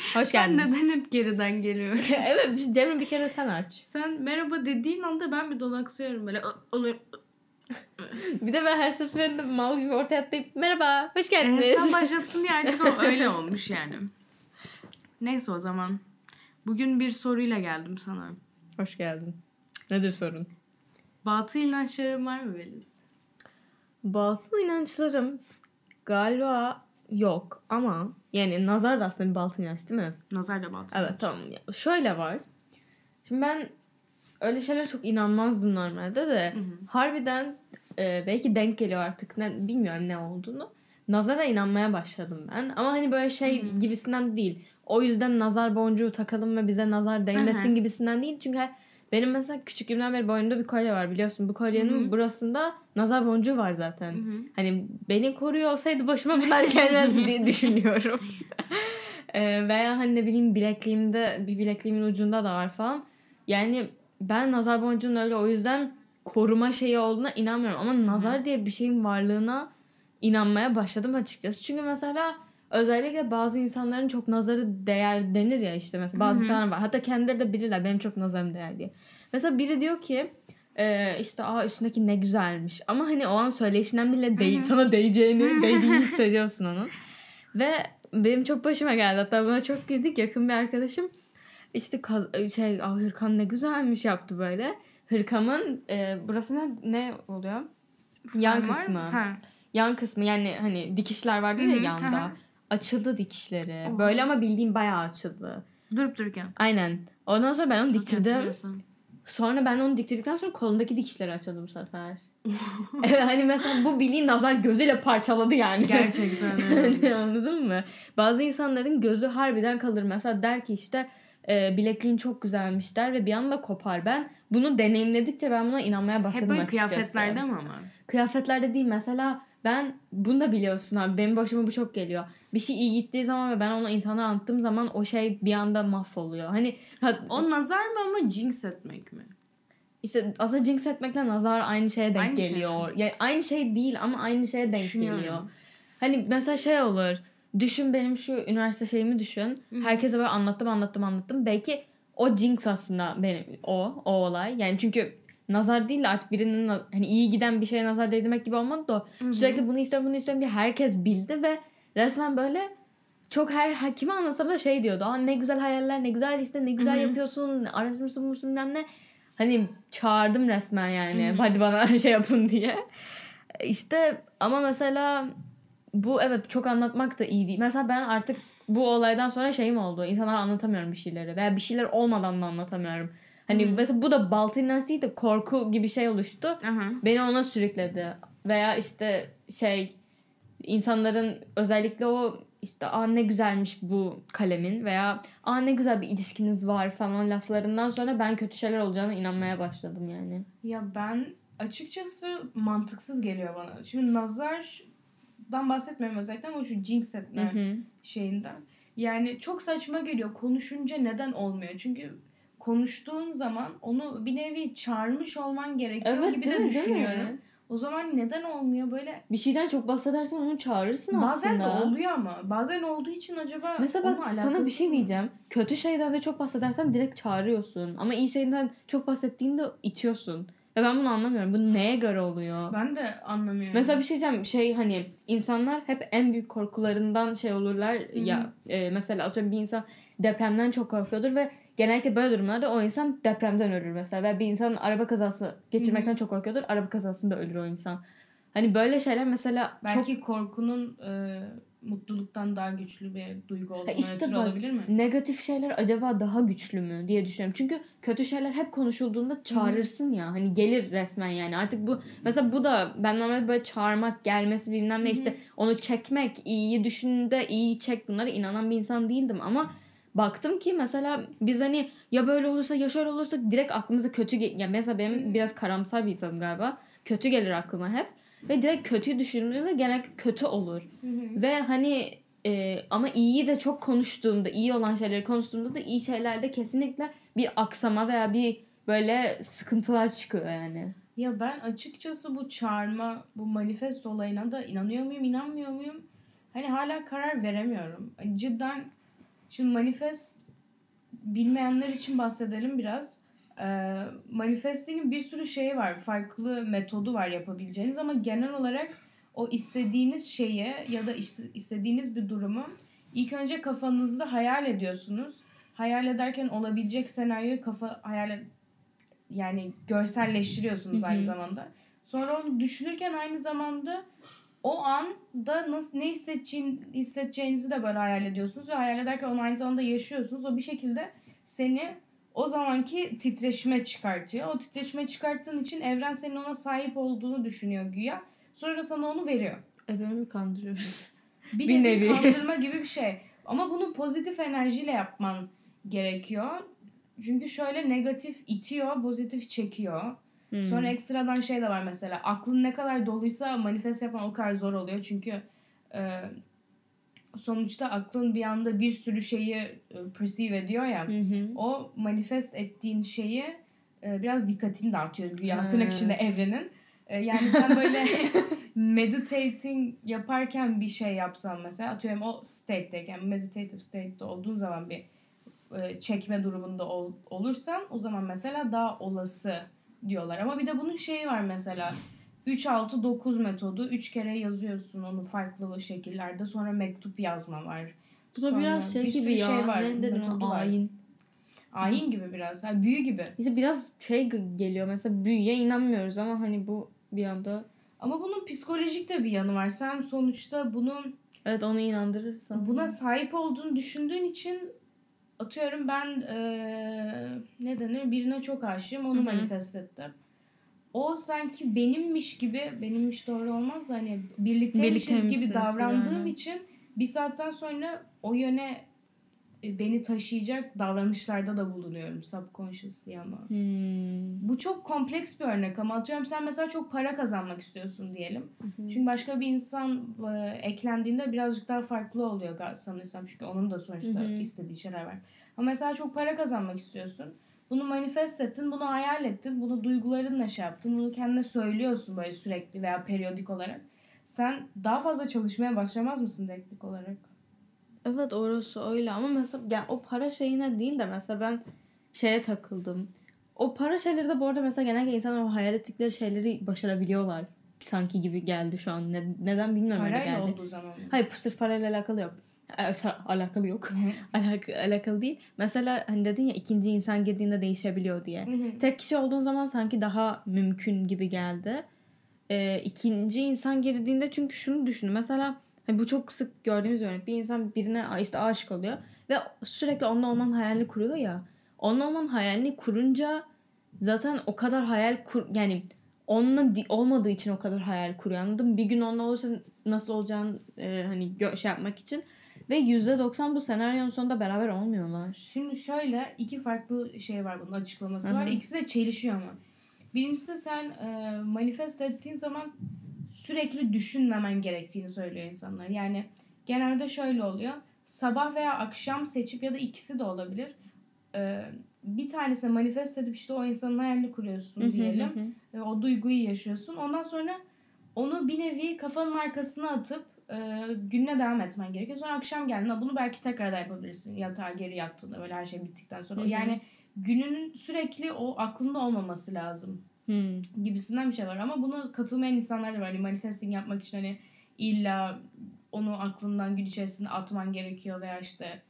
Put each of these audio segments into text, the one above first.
Hoş geldiniz. Ben neden hep geriden geliyorum? Evet, Cemre bir kere sen aç. Sen merhaba dediğin anda ben bir dolaksıyorum böyle. Oluyor. Bir de ben her seferinde mal gibi ortaya atlayıp merhaba, hoş geldiniz. Sen başlattın ya artık o öyle olmuş yani. Neyse o zaman. Bugün bir soruyla geldim sana. Hoş geldin. Nedir sorun? Batıl inançların var mı Beliz? Batıl inançlarım galiba yok ama yani nazar da aslında bir batıl inanç değil mi? Nazar da batıl Evet inanç. tamam. Şöyle var. Şimdi ben öyle şeylere çok inanmazdım normalde de. Hı hı. Harbiden belki denk geliyor artık. Bilmiyorum ne olduğunu. Nazara inanmaya başladım ben. Ama hani böyle şey gibisinden değil. O yüzden nazar boncuğu takalım ve bize nazar değmesin gibisinden değil. Çünkü benim mesela küçüklüğümden beri boynumda bir kolye var biliyorsun. Bu kolyenin burasında nazar boncuğu var zaten. Hani beni koruyor olsaydı başıma bunlar gelmezdi diye düşünüyorum. Veya hani ne bileyim bilekliğimin ucunda da var falan. Yani ben nazar boncuğunun öyle o yüzden koruma şeyi olduğuna inanmıyorum. Ama nazar diye bir şeyin varlığına inanmaya başladım açıkçası. Çünkü mesela özellikle bazı insanların çok nazarı değer denir ya işte mesela bazı insanlar var. Hatta kendileri de bilirler benim çok nazarım değer diye. Mesela biri diyor ki işte üstündeki ne güzelmiş. Ama hani o an söyleyişinden bile sana değdiğini hissediyorsun onun. Ve benim çok başıma geldi. Hatta buna çok güldük. Yakın bir arkadaşım işte hırkan ne güzelmiş yaptı böyle. Hırkamın burasına ne oluyor? Yan kısmı. Yan kısmı yani hani dikişler vardır ya yanda. Açıldı dikişleri. Oha. Böyle ama bildiğim bayağı açıldı. Durup dururken. Aynen. Ondan sonra ben onu diktirdim. Sonra ben onu diktirdikten sonra kolundaki dikişleri açıldı bu sefer. Evet hani mesela bu bildiğin nazar gözüyle parçaladı yani. Gerçekten öyle. Anladın mı? Bazı insanların gözü harbiden kalır. Mesela der ki işte bilekliğin çok güzelmiş der ve bir anda kopar. Ben bunu deneyimledikçe ben buna inanmaya başladım açıkçası. açıkçası. Hep böyle kıyafetlerde mi ama? Kıyafetlerde değil. Mesela ben bunu da biliyorsun abi. Benim başıma bu çok geliyor. Bir şey iyi gittiği zaman ve ben onu insanlara anlattığım zaman o şey bir anda mahvoluyor. Hani o nazar mı ama jinx etmek mi? İşte aslında jinx etmekle nazar aynı şeye denk geliyor. Yani aynı şey değil ama aynı şeye denk geliyor. Hani mesela şey olur. Düşün benim şu üniversite şeyimi düşün. Hı-hı. Herkese böyle anlattım. Belki o jinx aslında benim o olay. Yani çünkü nazar değil de artık birinin hani iyi giden bir şeye nazar değdirmek gibi olmadı da sürekli bunu istiyorum diye herkes bildi ve resmen böyle çok kime anlatsam da şey diyordu. Ne güzel hayaller, ne güzel işte ne güzel yapıyorsun, araştırmışsın bilmem ne. Hani çağırdım resmen yani. Hadi bana şey yapın diye. İşte ama mesela bu evet çok anlatmak da iyi değil. Mesela ben artık bu olaydan sonra şeyim oldu. İnsanlara anlatamıyorum bir şeyleri. Veya bir şeyler olmadan da anlatamıyorum. Hani mesela bu da baltı inanç değil de korku gibi şey oluştu. Beni ona sürükledi. Veya işte insanların özellikle o işte ne güzelmiş bu kalemin veya ne güzel bir ilişkiniz var falan laflarından sonra ben kötü şeyler olacağına inanmaya başladım yani. Ya ben açıkçası mantıksız geliyor bana. Şimdi nazardan bahsetmiyorum özellikle ama şu jinx etme şeyinden. Yani çok saçma geliyor. Konuşunca neden olmuyor? Çünkü konuştuğun zaman onu bir nevi çağırmış olman gerekiyor gibi de düşünüyorum. O zaman neden olmuyor böyle? Bir şeyden çok bahsedersen onu çağırırsın bazen aslında. Bazen de oluyor ama. Bazen olduğu için acaba mesela bak sana bir şey diyeceğim. Kötü şeyden de çok bahsedersen direkt çağırıyorsun. Ama iyi şeyden çok bahsettiğinde itiyorsun. Ve ben bunu anlamıyorum. Bu neye göre oluyor? Ben de anlamıyorum. Mesela bir şey diyeceğim. Hani insanlar hep en büyük korkularından olurlar. Ya mesela atıyorum bir insan depremden çok korkuyordur ve genellikle böyle durumlarda o insan depremden ölür mesela. Ve bir insan araba kazası geçirmekten çok korkuyordur. Araba kazasında ölür o insan. Hani böyle şeyler mesela belki korkunun mutluluktan daha güçlü bir duygu olduğuna ötürü olabilir mi? Negatif şeyler acaba daha güçlü mü diye düşünüyorum. Çünkü kötü şeyler hep konuşulduğunda çağırırsın ya. Hani gelir resmen yani. Artık bu mesela bu da ben normalde böyle çağırmak, gelmesi bilmem ne işte onu çekmek, iyiyi düşündüğünde iyi çek bunlara inanan bir insan değildim ama baktım ki mesela biz hani ya böyle olursa ya şöyle olursa direkt aklımıza kötü yani mesela benim biraz karamsar bir insanım galiba. Kötü gelir aklıma hep. Ve direkt kötüyü düşündüğümde genellikle kötü olur. Ve hani ama iyiyi de çok konuştuğumda, iyi olan şeyleri konuştuğumda da iyi şeylerde kesinlikle bir aksama veya bir böyle sıkıntılar çıkıyor yani. Ya ben açıkçası bu çağırma, bu manifest olayına da inanıyor muyum, inanmıyor muyum? Hani hala karar veremiyorum. Cidden Şimdi manifest bilmeyenler için bahsedelim biraz. Manifesting'in bir sürü şeyi var. Farklı metodu var yapabileceğiniz ama genel olarak o istediğiniz şeyi ya da istediğiniz bir durumu ilk önce kafanızda hayal ediyorsunuz. Hayal ederken olabilecek senaryoyu yani görselleştiriyorsunuz aynı zamanda. Sonra onu düşünürken aynı zamanda o anda ne hissedeceğinizi de böyle hayal ediyorsunuz ve hayal ederken onu aynı zamanda yaşıyorsunuz. O bir şekilde seni o zamanki titreşime çıkartıyor. O titreşime çıkarttığın için evren senin ona sahip olduğunu düşünüyor güya. Sonra sana onu veriyor. Evreni mi kandırıyoruz? Bir nevi kandırma gibi bir şey. Ama bunu pozitif enerjiyle yapman gerekiyor. Çünkü şöyle negatif itiyor, pozitif çekiyor. Sonra ekstradan şey de var mesela. Aklın ne kadar doluysa manifest yapman o kadar zor oluyor. Çünkü sonuçta aklın bir anda bir sürü şeyi perceive ediyor ya. O manifest ettiğin şeyi biraz dikkatini dağıtıyor güya tırnak içinde evrenin. Yani sen böyle meditating yaparken bir şey yapsan mesela atıyorum o state'deyken meditative state'de olduğun zaman bir çekme durumunda olursan o zaman mesela daha olası diyorlar. Ama bir de bunun şeyi var mesela 3-6-9 metodu 3 kere yazıyorsun onu farklı şekillerde sonra mektup yazma var. Bu da biraz şey gibi ya. Şey var, ne dedin o? Ayin. Ayin gibi biraz. Yani büyü gibi. İşte biraz şey geliyor mesela büyüye inanmıyoruz ama hani bu bir anda. Ama bunun psikolojik de bir yanı var. Sen sonuçta bunu evet onu inandırırsan. Buna sahip olduğunu düşündüğün için atıyorum ben ne denir birine çok aşığım onu manifest ettim. O sanki benimmiş doğru olmaz da hani birlikteymişiz gibi davrandığım için bir saatten sonra o yöne beni taşıyacak davranışlarda da bulunuyorum subconsciously ama. Bu çok kompleks bir örnek ama atıyorum sen mesela çok para kazanmak istiyorsun diyelim. Çünkü başka bir insan eklendiğinde birazcık daha farklı oluyor sanırsam çünkü onun da sonuçta istediği şeyler var. Ama mesela çok para kazanmak istiyorsun. Bunu manifest ettin, bunu hayal ettin, bunu duygularınla şey yaptın, bunu kendine söylüyorsun böyle sürekli veya periyodik olarak. Sen daha fazla çalışmaya başlamaz mısın teknik olarak? Evet orası öyle ama mesela yani o para şeyine değil de mesela ben şeye takıldım. O para şeyleri de bu arada mesela genelde insanlar o hayal ettikleri şeyleri başarabiliyorlar. Sanki gibi geldi şu an. Neden bilmiyorum öyle geldi. Parayla olduğu zaman. Hayır sırf parayla alakalı yok. Alakalı yok. Alakalı değil. Mesela hani dedin ya ikinci insan girdiğinde değişebiliyor diye. Tek kişi olduğun zaman sanki daha mümkün gibi geldi. İkinci insan girdiğinde çünkü şunu düşün. Mesela bu çok sık gördüğümüz örnek. Bir insan birine işte aşık oluyor ve sürekli onunla olmanın hayalini kuruyor ya. Onunla olmanın hayalini kurunca zaten o kadar yani onunla olmadığı için o kadar hayal kuruyor. Anladın mı? Bir gün onunla olursa nasıl olacağını hani şey yapmak için ve %90 bu senaryonun sonunda beraber olmuyorlar. Şimdi şöyle iki farklı şey var bunun açıklaması var. İkisi de çelişiyor ama. Birincisi sen manifest ettiğin zaman sürekli düşünmemen gerektiğini söylüyor insanlar. Yani genelde şöyle oluyor. Sabah veya akşam seçip ya da ikisi de olabilir. Bir tanesini manifest edip işte o insanın hayalini kuruyorsun diyelim. O duyguyu yaşıyorsun. Ondan sonra onu bir nevi kafanın arkasına atıp gününe devam etmen gerekiyor. Sonra akşam geldiğinde bunu belki tekrar da yapabilirsin. Yatağa geri yattığında böyle her şey bittikten sonra. Yani gününün sürekli o aklında olmaması lazım. Gibisinden bir şey var. Ama buna katılmayan insanlar da var. Hani manifesting yapmak için hani illa onu aklından gün içerisinde atman gerekiyor veya işte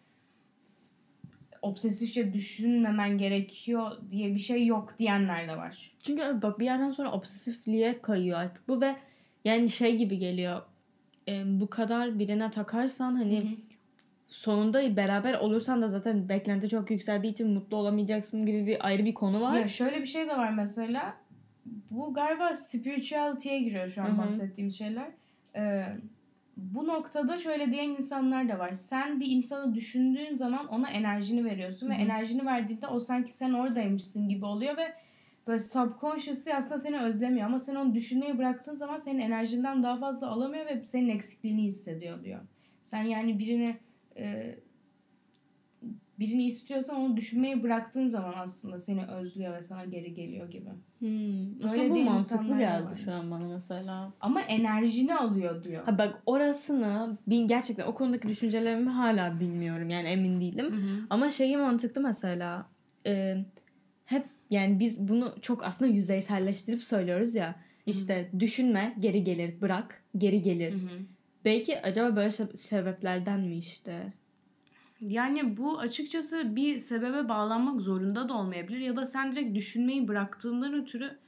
obsesifçe düşünmemen gerekiyor diye bir şey yok diyenler de var. Çünkü bak bir yerden sonra obsesifliğe kayıyor artık bu ve yani şey gibi geliyor. Bu kadar birine takarsan hani sonunda beraber olursan da zaten beklenti çok yükseldiği için mutlu olamayacaksın gibi bir ayrı bir konu var. Ya şöyle bir şey de var mesela. Bu galiba spirituality'ye giriyor şu an bahsettiğim şeyler. Bu noktada şöyle diyen insanlar da var. Sen bir insanı düşündüğün zaman ona enerjini veriyorsun ve enerjini verdiğinde o sanki sen oradaymışsın gibi oluyor ve böyle subconsciously aslında seni özlemiyor ama sen onu düşünmeyi bıraktığın zaman senin enerjinden daha fazla alamıyor ve senin eksikliğini hissediyor diyor. Sen yani birini birini istiyorsan onu düşünmeyi bıraktığın zaman aslında seni özlüyor ve sana geri geliyor gibi. Aslında bu mantıklı geldi şu an bana mesela. Ama enerjini alıyor diyor. Ha bak orasını gerçekten o konudaki düşüncelerimi hala bilmiyorum. Yani emin değilim. Hı-hı. Ama şeyi mantıklı mesela. Hep yani biz bunu çok aslında yüzeyselleştirip söylüyoruz ya. İşte düşünme, geri gelir, bırak, geri gelir. Hı-hı. Belki acaba böyle sebeplerden mi işte? Yani bu açıkçası bir sebebe bağlanmak zorunda da olmayabilir. Ya da sen direkt düşünmeyi bıraktığından ötürü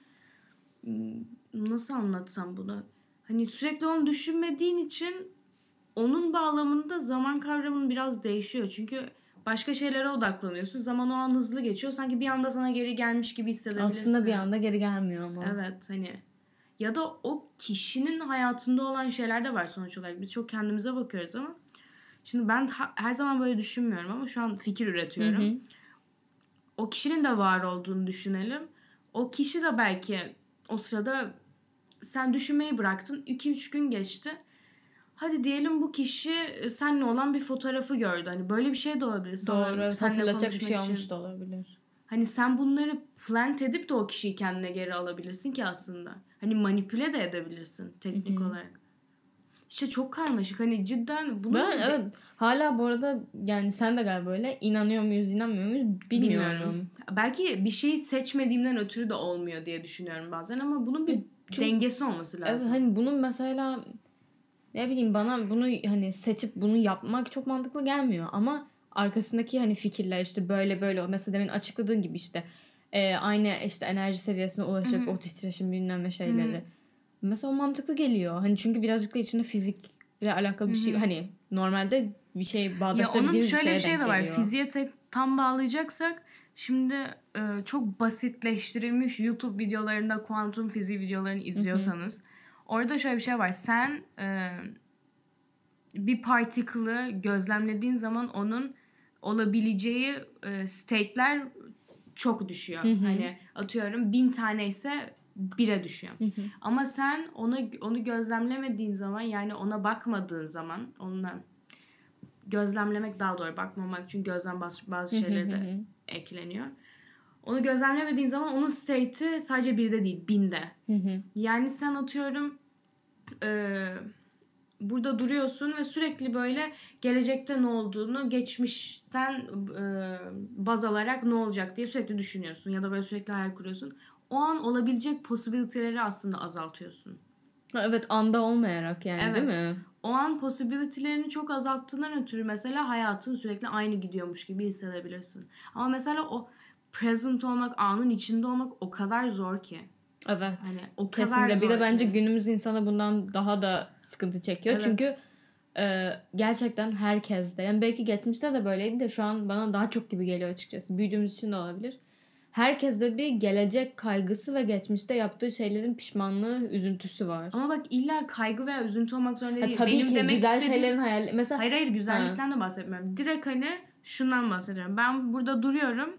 nasıl anlatsam bunu? Hani sürekli onu düşünmediğin için onun bağlamında zaman kavramın biraz değişiyor. Çünkü başka şeylere odaklanıyorsun. Zaman o an hızlı geçiyor. Sanki bir anda sana geri gelmiş gibi hissedebilirsin. Aslında bir anda geri gelmiyor ama. Evet hani. Ya da o kişinin hayatında olan şeyler de var sonuç olarak. Biz çok kendimize bakıyoruz ama. Şimdi ben her zaman böyle düşünmüyorum ama şu an fikir üretiyorum. Hı-hı. O kişinin de var olduğunu düşünelim. O kişi de belki o sırada sen düşünmeyi bıraktın. 2-3 gün geçti. Hadi diyelim bu kişi seninle olan bir fotoğrafı gördü. Hani böyle bir şey de olabilir. Doğru. Hatırlatacak bir şey olmuş da olabilir. Hani sen bunları plant edip de o kişiyi kendine geri alabilirsin ki aslında. Hani manipüle de edebilirsin teknik olarak. İşte çok karmaşık. Hani cidden bunu... Evet. Hala bu arada yani sen de galiba öyle inanıyor muyuz inanmıyor muyuz bilmiyorum. Belki bir şeyi seçmediğimden ötürü de olmuyor diye düşünüyorum bazen ama bunun bir dengesi olması lazım. Evet hani bunun mesela ne bileyim bana bunu hani seçip bunu yapmak çok mantıklı gelmiyor ama arkasındaki hani fikirler işte böyle mesela demin açıkladığın gibi işte aynı işte enerji seviyesine ulaşıp o titreşim bilmem ne şeyleri. Mesela o mantıklı geliyor. Hani çünkü birazcık da içinde fizikle alakalı bir şey hani normalde bir şey bağdaştırabildiğimiz bir şeye denk geliyor. Ya onun şöyle bir şey de var. Fiziğe tam bağlayacaksak şimdi çok basitleştirilmiş YouTube videolarında kuantum fiziği videolarını izliyorsanız orada şöyle bir şey var. Sen bir particle'ı gözlemlediğin zaman onun olabileceği state'ler çok düşüyor. Hani atıyorum 1000 tane ise 1'e düşüyor. Ama sen onu gözlemlemediğin zaman yani ona bakmadığın zaman onunla gözlemlemek daha doğru bakmamak çünkü gözlem bazı şeyleri de ekleniyor. Onu gözlemlemediğin zaman onun state'i sadece 1'de değil 1000'de. Yani sen atıyorum burada duruyorsun ve sürekli böyle gelecekte ne olduğunu geçmişten baz alarak ne olacak diye sürekli düşünüyorsun ya da böyle sürekli hayal kuruyorsun. O an olabilecek possibility'leri aslında azaltıyorsun. Evet anda olmayarak yani değil mi? O an possibility'lerini çok azalttığından ötürü mesela hayatın sürekli aynı gidiyormuş gibi hissedebilirsin. Ama mesela o present olmak, anın içinde olmak o kadar zor ki. Evet. Hani o kesinlikle. kadar zor. Bir de bence günümüz insanı bundan daha da sıkıntı çekiyor. Evet. Çünkü gerçekten herkes de yani belki geçmişte de böyleydi de şu an bana daha çok gibi geliyor açıkçası. Büyüdüğümüz için de olabilir. Herkeste bir gelecek kaygısı ve geçmişte yaptığı şeylerin pişmanlığı, üzüntüsü var. Ama bak illa kaygı veya üzüntü olmak zorunda değil. Tabii ki güzel şeylerin hayali. Mesela Hayır güzellikten de bahsetmiyorum. Direkt hani şundan bahsediyorum. Ben burada duruyorum.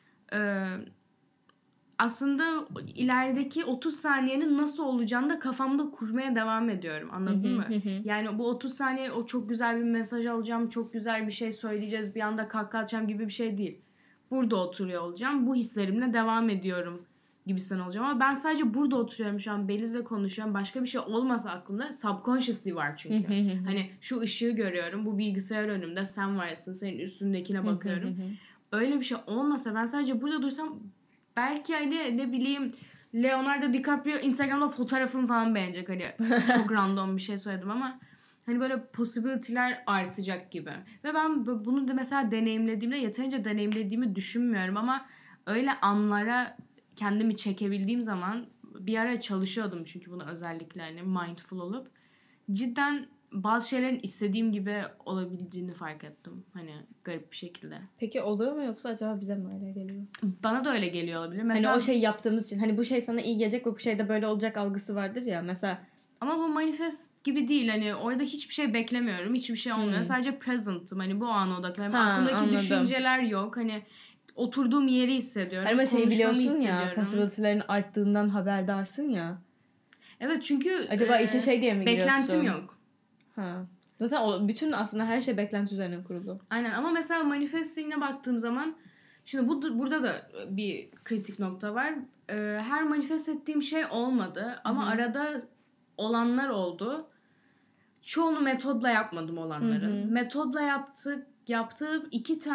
Aslında ilerideki 30 saniyenin nasıl olacağını da kafamda kurmaya devam ediyorum. Anladın mı? Yani bu 30 saniye o çok güzel bir mesaj alacağım, çok güzel bir şey söyleyeceğiz, bir anda kahkaha atacağım gibi bir şey değil. Burada oturuyor olacağım. Bu hislerimle devam ediyorum gibisinden olacağım. Ama ben sadece burada oturuyorum şu an. Beliz'le konuşuyorum. Başka bir şey olmasa aklımda subconsciously var çünkü. Hani şu ışığı görüyorum. Bu bilgisayar önümde. Sen varsın. Senin üstündekine bakıyorum. Öyle bir şey olmasa ben sadece burada dursam belki hani ne bileyim Leonardo DiCaprio Instagram'da fotoğrafını falan beğenecek. Hani çok random bir şey söyledim ama hani böyle possibility'ler artacak gibi. Ve ben bunu da mesela deneyimlediğimde yeterince deneyimlediğimi düşünmüyorum ama öyle anlara kendimi çekebildiğim zaman bir ara çalışıyordum çünkü bunu özellikle hani mindful olup cidden bazı şeylerin istediğim gibi olabildiğini fark ettim. Hani garip bir şekilde. Peki oluyor mu yoksa acaba bize mi öyle geliyor? Bana da öyle geliyor olabilir. Mesela, hani o şey yaptığımız için hani bu şey sana iyi gelecek ve bu şeyde böyle olacak algısı vardır ya mesela. Ama bu manifest gibi değil. Hani orada hiçbir şey beklemiyorum. Hiçbir şey olmuyor. Sadece present'ım. Hani bu ana odaklanıyorum. Aklımdaki anladım. Düşünceler yok. Hani oturduğum yeri hissediyorum. Ama şey biliyorsun ya possibility'lerin arttığından haberdarsın ya. Evet çünkü acaba işe şey diye mi giriyorsun? Beklentim yok. Zaten bütün aslında her şey beklenti üzerine kurulu. Aynen ama mesela manifesting'e baktığım zaman şimdi burada da bir kritik nokta var. Her manifest ettiğim şey olmadı ama arada olanlar oldu. Çoğunu metodla yapmadım olanları. Metodla yaptığım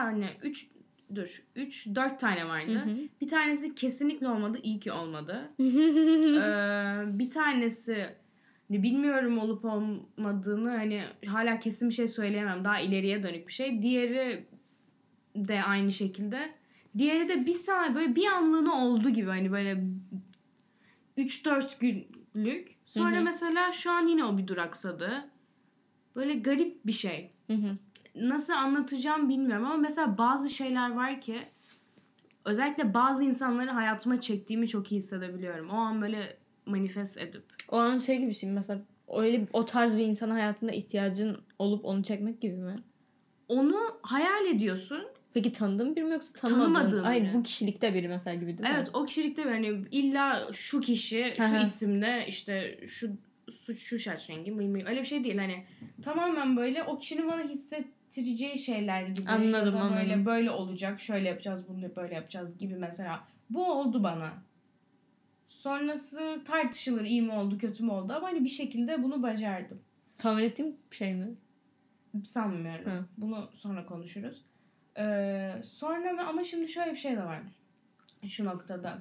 4 tane vardı. Bir tanesi kesinlikle olmadı. İyi ki olmadı. Bir tanesi bilmiyorum olup olmadığını, hani hala kesin bir şey söyleyemem. Daha ileriye dönük bir şey. Diğeri de aynı şekilde. Diğeri de bir saniye böyle bir anlığına oldu gibi, hani böyle 3-4 günlük. Sonra mesela şu an yine o bir duraksadı. Böyle garip bir şey. Nasıl anlatacağım bilmiyorum ama mesela bazı şeyler var ki özellikle bazı insanları hayatıma çektiğimi çok iyi hissedebiliyorum. O an böyle manifest edip. O an şey gibi bir şey mesela, öyle o tarz bir insan hayatında ihtiyacın olup onu çekmek gibi mi? Onu hayal ediyorsun. Peki tanıdığın biri mi yoksa tanımadığın? Tanımadığım Ay biri. bu kişilikte biri mesela gibi değil mi? Evet, o kişilikte bir, hani illa şu kişi, şu isimde, işte şu saç rengi, öyle bir şey değil, hani tamamen böyle o kişinin bana hissettireceği şeyler gibi. Anladım, ya da anladım. böyle olacak, şöyle yapacağız, bunu böyle yapacağız gibi mesela. Bu oldu bana. Sonrası tartışılır, iyi mi oldu, kötü mü oldu ama hani bir şekilde bunu başardım. Tahmin ettiğim şey mi? Sanmıyorum. Bunu sonra konuşuruz. Sonra ama şimdi şöyle bir şey de var. Şu noktada.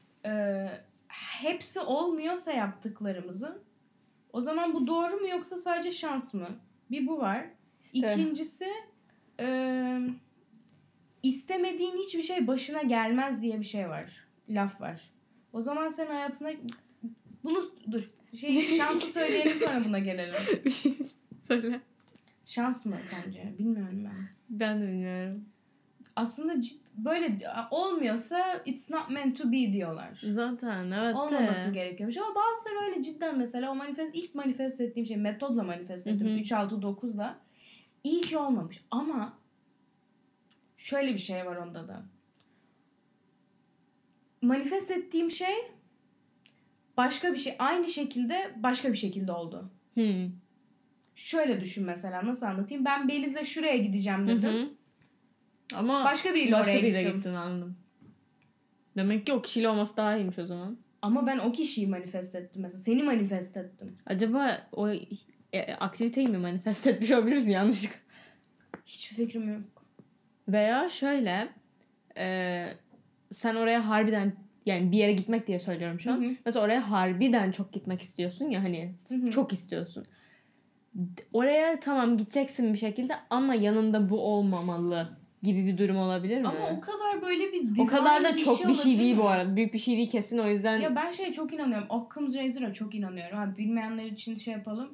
Hepsi olmuyorsa yaptıklarımızın, o zaman bu doğru mu yoksa sadece şans mı? Bir bu var. İşte. İkincisi istemediğin hiçbir şey başına gelmez diye bir şey var. Laf var. O zaman sen hayatına bunu şansı söyleyelim sonra buna gelelim. Söyle. Şans mı sence? Bilmiyorum ben. Ben de bilmiyorum. Aslında böyle olmuyorsa it's not meant to be diyorlar. Zaten evet. Olmaması gerekiyormuş ama bazıları öyle cidden, mesela o ilk manifest ettiğim şey metodla manifest ettim. 3-6-9'la. İyi ki olmamış ama şöyle bir şey var onda da. Manifest ettiğim şey başka bir şey, aynı şekilde başka bir şekilde oldu. Şöyle düşün mesela, nasıl anlatayım? Ben Beliz'le şuraya gideceğim dedim. Ama başka biriyle oraya gittin, anladım. Demek ki o kişiyle olması daha iyiymiş o zaman. Ama ben o kişiyi manifest ettim mesela. Seni manifest ettim. Acaba o aktiviteyi mi manifest etmiş olabiliriz yanlışlıkla? Hiçbir fikrim yok. Veya şöyle sen oraya harbiden, yani bir yere gitmek diye söylüyorum şu an. Mesela oraya harbiden çok gitmek istiyorsun ya, hani çok istiyorsun. Oraya tamam gideceksin bir şekilde ama yanında bu olmamalı gibi bir durum olabilir mi? Ama o kadar böyle bir o kadar da çok bir şey değil mi? bu arada. Büyük bir şey değil kesin, o yüzden. Ya ben çok inanıyorum. Occam's Razor'a çok inanıyorum. Abi, bilmeyenler için yapalım.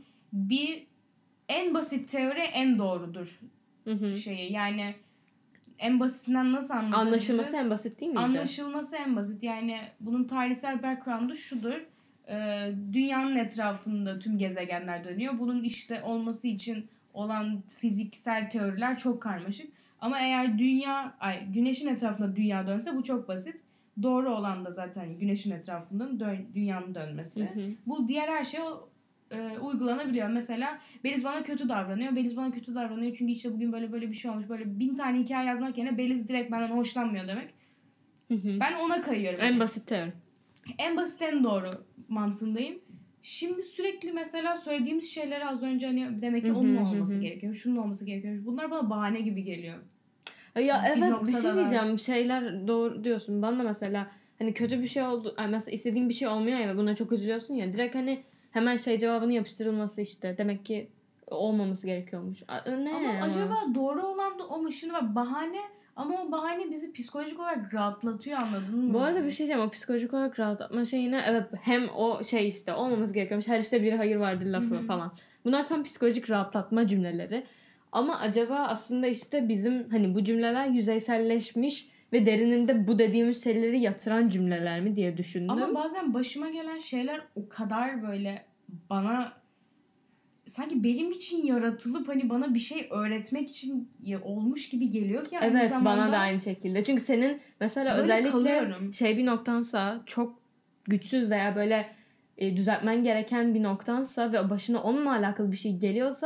En basit teori en doğrudur. Şeyi yani en basitinden nasıl anlatabiliriz? Anlaşılması en basit değil miydi? Anlaşılması en basit. Yani bunun tarihsel background'u şudur. Dünyanın etrafında tüm gezegenler dönüyor. Bunun işte olması için olan fiziksel teoriler çok karmaşık. Ama eğer Güneş'in etrafında dünya dönse bu çok basit. Doğru olan da zaten Güneş'in etrafında dünyanın dönmesi. Bu diğer her şeye uygulanabiliyor. Mesela Beliz bana kötü davranıyor. Beliz bana kötü davranıyor çünkü işte bugün böyle bir şey olmuş. Böyle 1000 tane hikaye yazmak yerine Beliz direkt benden hoşlanmıyor demek. Ben ona kayıyorum. En basit teori. En basit en doğru mantığındayım. Şimdi sürekli mesela söylediğimiz şeyleri az önce hani demek ki onun olması gerekiyor. Şunun olması gerekiyor. Bunlar bana bahane gibi geliyor. Ya evet, bir şey diyeceğim. Şeyler doğru diyorsun. Bana mesela hani kötü bir şey oldu. Mesela istediğin bir şey olmuyor ya ve buna çok üzülüyorsun ya. Direkt hani hemen cevabını yapıştırılması işte. Demek ki olmaması gerekiyormuş. Ama acaba doğru olan da o mu? Şimdi bak, bahane, ama o bahane bizi psikolojik olarak rahatlatıyor, anladın mı? Bu arada bir şey diyeceğim. O psikolojik olarak rahatlatma şeyine evet, hem o işte olmaması gerekiyormuş. Her işte bir hayır vardır lafı falan. Bunlar tam psikolojik rahatlatma cümleleri. Ama acaba aslında işte bizim hani bu cümleler yüzeyselleşmiş ve derininde bu dediğimiz şeyleri yatıran cümleler mi diye düşündüm. Ama bazen başıma gelen şeyler o kadar böyle bana sanki benim için yaratılıp hani bana bir şey öğretmek için olmuş gibi geliyor ki aynı evet, zamanda. bana da aynı şekilde. Çünkü senin mesela böyle özellikle kalıyorum. Bir noktansa, çok güçsüz veya böyle düzeltmen gereken bir noktansa ve başına onunla alakalı bir şey geliyorsa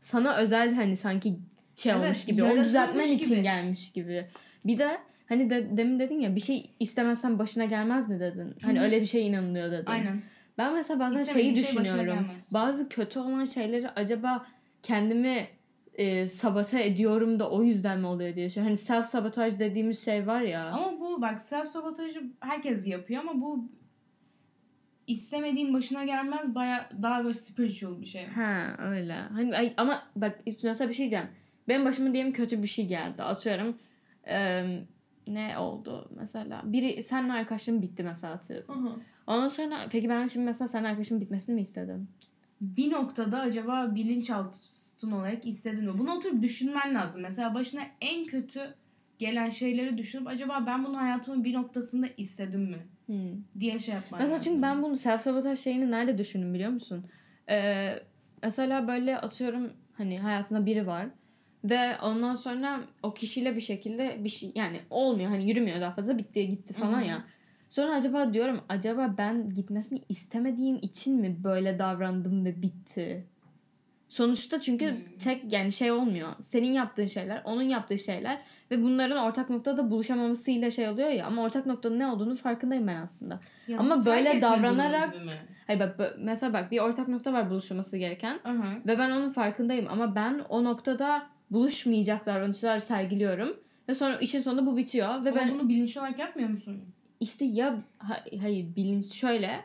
sana özel hani sanki şey olmuş gibi. Onu düzeltmen için gelmiş gibi. Bir de hani demin dedin ya bir şey istemezsen başına gelmez mi dedin? Hani öyle bir şeye inanılıyor dedin. Aynen. Ben mesela bazen şeyi düşünüyorum. Bazı kötü olan şeyleri acaba kendimi sabote ediyorum da o yüzden mi oluyor diye düşünüyorum. Hani self sabotaj dediğimiz şey var ya. Ama bu bak self sabotajı herkes yapıyor ama bu istemediğin başına gelmez, baya daha böyle spiritual bir şey. Ha öyle. Hani ama bak mesela bir şey diyeceğim. Benim başıma diyelim kötü bir şey geldi. Atıyorum ne oldu mesela? Biri seninle arkadaşlığım bitti mesela atıyorum. Ondan sonra peki ben şimdi mesela seninle arkadaşlığım bitmesini mi istedim? Bir noktada acaba bilinçaltın olarak istedin mi? Bunu oturup düşünmen lazım. Mesela başına en kötü gelen şeyleri düşünüp acaba ben bunu hayatımın bir noktasında istedim mi? Diye şey yapman mesela lazım. Çünkü ben bunu self sabotaj şeyini nerede düşündüm biliyor musun? Mesela böyle atıyorum hani hayatında biri var ve ondan sonra o kişiyle bir şekilde bir şey yani olmuyor hani yürümüyor daha fazla bitti gitti falan ya. Sonra acaba ben gitmesini istemediğim için mi böyle davrandım ve bitti? Sonuçta çünkü tek yani şey olmuyor. Senin yaptığın şeyler, onun yaptığı şeyler ve bunların ortak noktada buluşamamasıyla şey oluyor ya. Ama ortak noktanın ne olduğunu farkındayım ben aslında. Ya ama böyle davranarak hayır mesela bak bir ortak nokta var buluşması gereken. Ve ben onun farkındayım ama ben o noktada buluşmayacak davranışlar sergiliyorum ve sonra işin sonunda bu bitiyor ve ama bunu bilinçli olarak yapmıyor musun? İşte ya hayır bilinç şöyle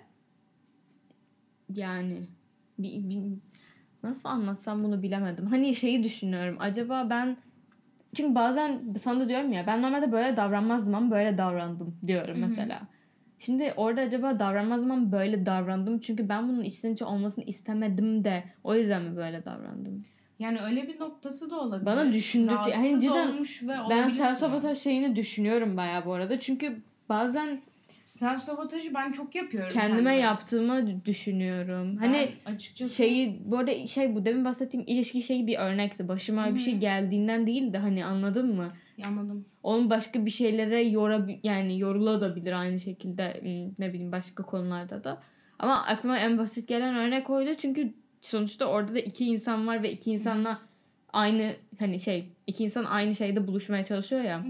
yani nasıl anlatsam bunu bilemedim. Hani şeyi düşünüyorum. Acaba ben çünkü bazen sana da diyorum ya ben normalde böyle davranmazdım ama böyle davrandım diyorum mesela. Şimdi orada acaba davranmazdım ama böyle davrandım. Çünkü ben bunun içten içe olmasını istemedim de o yüzden mi böyle davrandım? Yani öyle bir noktası da olabilir. Bana düşündürtüyor. Rahatsız olmuş ve ben self sabotaj şeyini düşünüyorum bayağı bu arada. Çünkü bazen self sabotajı ben çok yapıyorum. Kendime yaptığımı düşünüyorum. Ben hani açıkçası bu arada bu demin bahsettiğim ilişki şeyi bir örnekti. Başıma bir şey geldiğinden değil de hani anladın mı? Anladım. Onun başka bir şeylere yani yorulabilir aynı şekilde ne bileyim başka konularda da. Ama aklıma en basit gelen örnek oydu. Çünkü sonuçta orada da iki insan var ve iki insanla aynı hani iki insan aynı şeyde buluşmaya çalışıyor ya.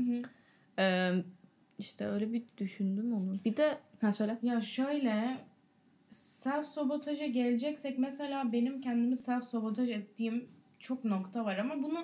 İşte öyle bir düşündüm onu. Bir de söyle. Ya şöyle self sabotaja geleceksek mesela benim kendimi self sabotaj ettiğim çok nokta var ama bunu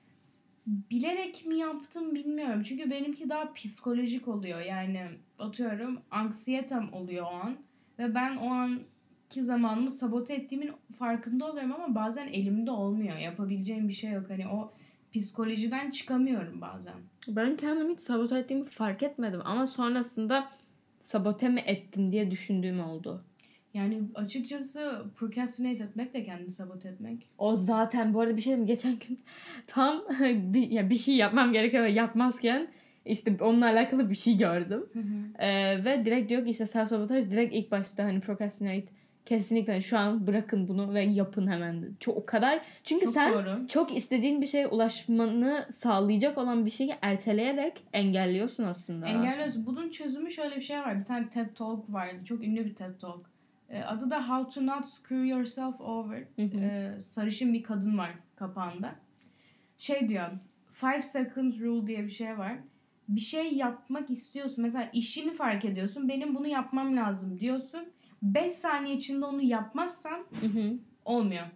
bilerek mi yaptım bilmiyorum. Çünkü benimki daha psikolojik oluyor. Yani atıyorum anksiyetem oluyor o an ve ben o anki zamanımı sabote ettiğimin farkında oluyorum ama bazen elimde olmuyor. Yapabileceğim bir şey yok. Hani o psikolojiden çıkamıyorum bazen. Ben kendimi hiç sabote ettiğimi fark etmedim ama sonrasında sabote mi ettim diye düşündüğüm oldu. Yani açıkçası procrastinate etmek de kendini sabote etmek. O zaten bu arada bir şey mi? Geçen gün tam bir şey yapmam gerekiyor ve yapmazken işte onunla alakalı bir şey gördüm. Ve direkt diyor ki işte self sabotaj direkt ilk başta hani procrastinate kesinlikle şu an bırakın bunu ve yapın hemen. O kadar. Çünkü çok sen doğru. çok istediğin bir şeye ulaşmanı sağlayacak olan bir şeyi erteleyerek engelliyorsun aslında. Engelliyorsun. Bunun çözümü şöyle bir şey var. Bir tane TED Talk vardı. Çok ünlü bir TED Talk. Adı da How to Not Screw Yourself Over. Sarışın bir kadın var kapağında. Diyor. 5 second rule diye bir şey var. Bir şey yapmak istiyorsun. Mesela işini fark ediyorsun. Benim bunu yapmam lazım diyorsun. 5 saniye içinde onu yapmazsan olmuyor.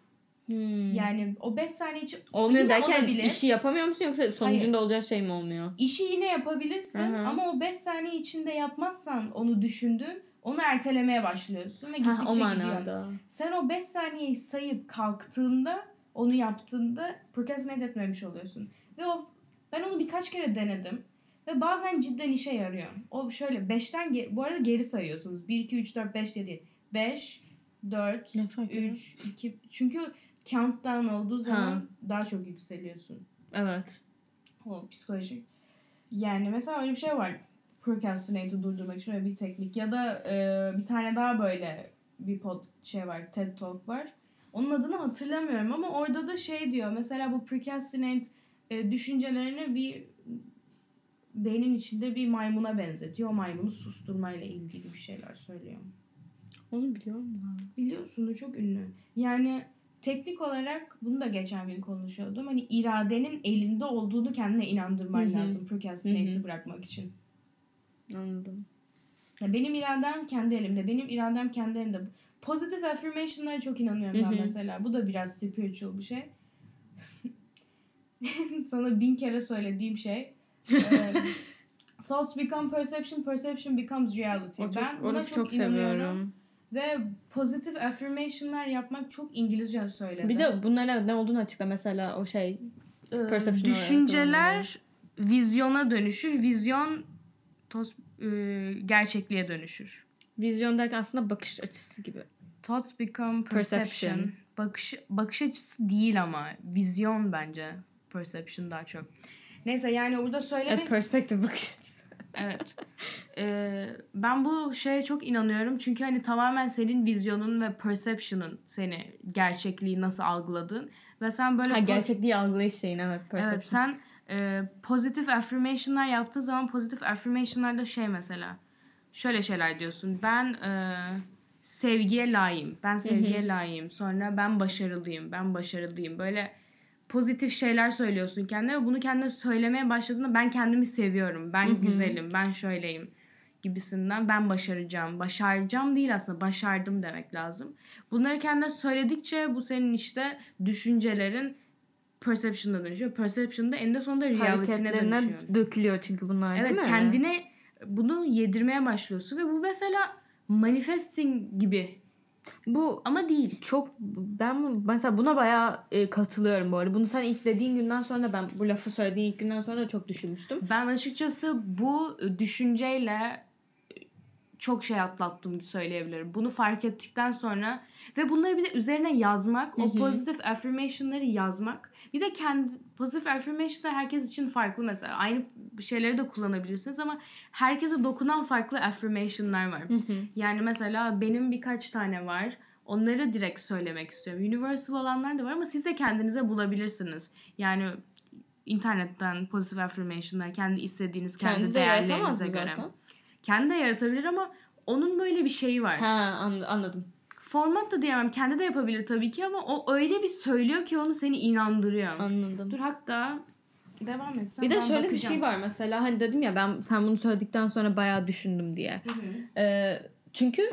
Yani o 5 saniye için olmuyor derken olabilir. İşi yapamıyor musun yoksa sonucunda olacağı şey mi olmuyor? İşi yine yapabilirsin ama o 5 saniye içinde yapmazsan onu düşündüğün onu ertelemeye başlıyorsun ve gittikçe gidiyor. Sen o 5 saniyeyi sayıp kalktığında onu yaptığında procrastinate etmemiş oluyorsun. Ve ben onu birkaç kere denedim ve bazen cidden işe yarıyor. O şöyle 5'ten bu arada geri sayıyorsunuz. 1 2 3 4 5 diye değil. 5 4 3 2 çünkü countdown olduğu zaman daha çok yükseliyorsun. Evet. O psikolojik. Yani mesela öyle bir şey var. Procrastinate'ı durdurmak için öyle bir teknik. Ya da bir tane daha böyle bir var. TED Talk var. Onun adını hatırlamıyorum ama orada da diyor. Mesela bu procrastinate düşüncelerini bir beynin içinde bir maymuna benzetiyor. O maymunu susturmayla ilgili bir şeyler söylüyor. Onu biliyorum ya. Biliyorsun da çok ünlü. Yani teknik olarak bunu da geçen gün konuşuyordum. Hani iradenin elinde olduğunu kendine inandırman lazım procrastinate'i bırakmak için. Anladım. Ya benim iradem kendi elimde. Benim iradem kendi elimde. Positive affirmation'lara çok inanıyorum ben mesela. Bu da biraz spiritual bir şey. Sana 1000 kere söylediğim şey. Thoughts become perception, perception becomes reality. Ben buna çok inanıyorum. Ve positive affirmation'lar yapmak çok İngilizce söyledim. Bir de bunların ne olduğunu açıkla. Mesela o şey düşünceler vizyona dönüşür. Vizyon gerçekliğe dönüşür. Vizyon derken aslında bakış açısı gibi. Thoughts become perception. Bakış açısı değil ama. Vizyon bence. Perception daha çok. Neyse yani orada söylemek... Perspektif bakış açısı. Evet. Ben bu şeye çok inanıyorum. Çünkü hani tamamen senin vizyonun ve perception'ın seni gerçekliği nasıl algıladığın. Ve sen böyle... gerçekliği algılayış şeyin evet. Perception. Evet sen pozitif affirmation'lar yaptığın zaman pozitif affirmation'larda şey mesela şöyle şeyler diyorsun. Ben sevgiye layığım. Ben sevgiye layığım. Sonra ben başarılıyım. Ben başarılıyım. Böyle pozitif şeyler söylüyorsun kendine ve bunu kendine söylemeye başladığında ben kendimi seviyorum. Ben güzelim. Ben şöyleyim gibisinden ben başaracağım. Başaracağım değil aslında. Başardım demek lazım. Bunları kendine söyledikçe bu senin işte düşüncelerin perception'a dönüşüyor. Perception'da eninde sonunda reality'ne dönüşüyor. Dökülüyor çünkü bunlar değil mi? Evet kendine bunu yedirmeye başlıyorsun ve bu mesela manifesting gibi. Bu ama değil. Ben mesela buna bayağı katılıyorum bu arada. Bunu sen ilk dediğin günden sonra ben bu lafı söylediğin ilk günden sonra çok düşünmüştüm. Ben açıkçası bu düşünceyle çok şey atlattım söyleyebilirim. Bunu fark ettikten sonra ve bunları bir de üzerine yazmak, o pozitif affirmation'ları yazmak. Bir de kendi pozitif affirmation'lar herkes için farklı mesela. Aynı şeyleri de kullanabilirsiniz ama herkese dokunan farklı affirmation'lar var. Yani mesela benim birkaç tane var. Onları direkt söylemek istiyorum. Universal olanlar da var ama siz de kendinize bulabilirsiniz. Yani internetten pozitif affirmation'lar kendi istediğiniz, kendi değerlerinize göre. Kendi de yaratabilir ama onun böyle bir şeyi var. Anladım. Format da diyemem. Kendi de yapabilir tabii ki ama o öyle bir söylüyor ki onu seni inandırıyor. Anladım. Dur hatta devam et. Bir de şöyle bir şey var mesela hani dedim ya sen bunu söyledikten sonra bayağı düşündüm diye. Çünkü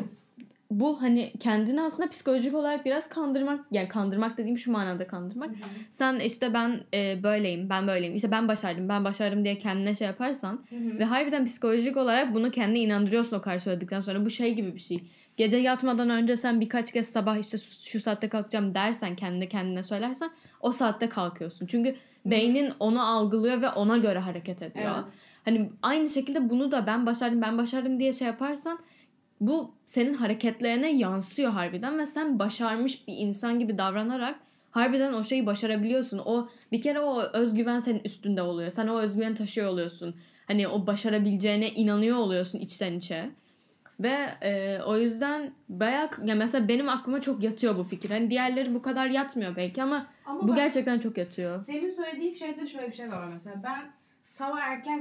bu hani kendini aslında psikolojik olarak biraz kandırmak, yani kandırmak dediğim şu manada kandırmak. Sen işte ben böyleyim, ben böyleyim, işte ben başardım diye kendine şey yaparsan ve harbiden psikolojik olarak bunu kendine inandırıyorsun o kadar söyledikten sonra. Bu şey gibi bir şey. Gece yatmadan önce sen birkaç kez sabah işte şu saatte kalkacağım dersen kendine söylersen o saatte kalkıyorsun. Çünkü beynin onu algılıyor ve ona göre hareket ediyor. Evet. Hani aynı şekilde bunu da ben başardım diye şey yaparsan bu senin hareketlerine yansıyor harbiden ve sen başarmış bir insan gibi davranarak harbiden o şeyi başarabiliyorsun. O bir kere o özgüven senin üstünde oluyor. Sen o özgüveni taşıyor oluyorsun. Hani o başarabileceğine inanıyor oluyorsun içten içe. Ve o yüzden bayağı ya mesela benim aklıma çok yatıyor bu fikir. Hani diğerleri bu kadar yatmıyor belki ama bu gerçekten çok yatıyor. Senin söylediğin şeyde şöyle bir şey var mesela. Ben sabah erken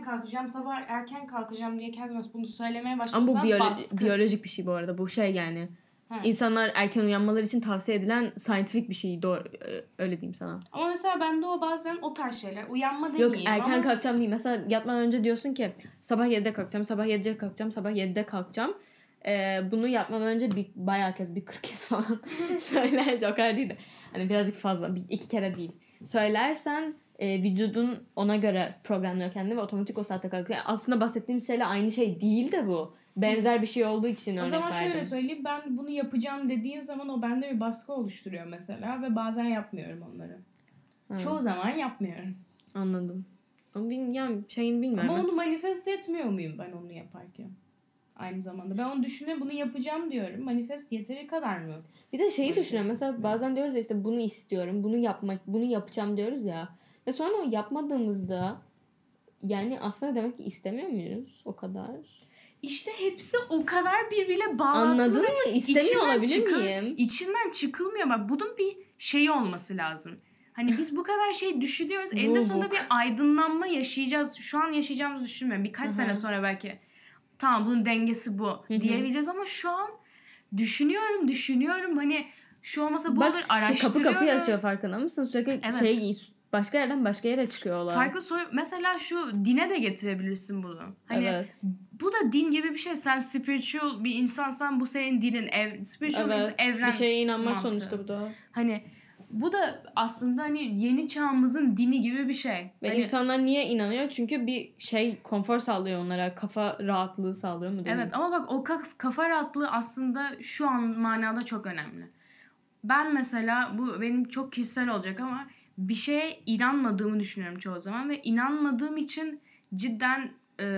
kalkacağım diye kendime bunu söylemeye başladığım zaman baskı. Biyolojik bir şey bu arada. Bu şey yani. İnsanlar erken uyanmaları için tavsiye edilen scientific bir şey. Doğru, öyle diyeyim sana. Ama mesela bende o bazen o tarz şeyler. Uyanma demeyeyim. Yok erken kalkacağım değil. Mesela yatmadan önce diyorsun ki sabah 7'de kalkacağım. Sabah 7'de kalkacağım. Bunu yatmadan önce bayağı kez 40 kez falan söylerce o kadar değil de. Hani birazcık fazla. 2 kere değil. Söylersen vücudun ona göre programlıyor kendini ve otomatik o saatte kalkıyor. Aslında bahsettiğim şeyle aynı şey değil de bu. Benzer bir şey olduğu için örnek verdim. O zaman şöyle söyleyeyim. Ben bunu yapacağım dediğim zaman o bende bir baskı oluşturuyor mesela. Ve bazen yapmıyorum onları. Çoğu zaman yapmıyorum. Anladım. Ama yani şeyini bilmiyorum. Ama onu manifest etmiyor muyum ben onu yaparken? Aynı zamanda. Ben onu düşünüyorum. Bunu yapacağım diyorum. Manifest yeteri kadar mı? Bir de şeyi düşünüyorum. Mesela bazen diyoruz ya işte bunu istiyorum. Bunu yapacağım diyoruz ya. Ve sonra o yapmadığımızda yani aslında demek ki istemiyor muyuz o kadar? İşte hepsi o kadar birbirine bağlantılı. Anladın mı? İstemiyor olabilir miyim? İçinden çıkılmıyor. Bak bunun bir şeyi olması lazım. Hani biz bu kadar şey düşünüyoruz. Eninde sonunda bir aydınlanma yaşayacağız. Şu an yaşayacağımızı düşünmüyorum. Birkaç sene sonra belki tamam bunun dengesi bu diyebileceğiz ama şu an düşünüyorum. Hani Şu olmasa bu Bak, olur, araştırıyorum. kapı kapıyı açıyor, farkında mısın? Sürekli başka yerden başka yere çıkıyorlar. Farklı mesela şu dine de getirebilirsin bunu. Hani evet. Bu da din gibi bir şey. Sen spiritual bir insansan bu senin dinin. Spiritual evren bir şeye inanmak mantığı. sonuçta bu da. Hani bu da aslında hani yeni çağımızın dini gibi bir şey. Ve hani, insanlar niye inanıyor? Çünkü bir konfor sağlıyor onlara. Kafa rahatlığı sağlıyor mu? Evet ama bak o kafa rahatlığı aslında şu an manada çok önemli. Ben mesela bu benim çok kişisel olacak ama bir şeye inanmadığımı düşünüyorum çoğu zaman ve inanmadığım için cidden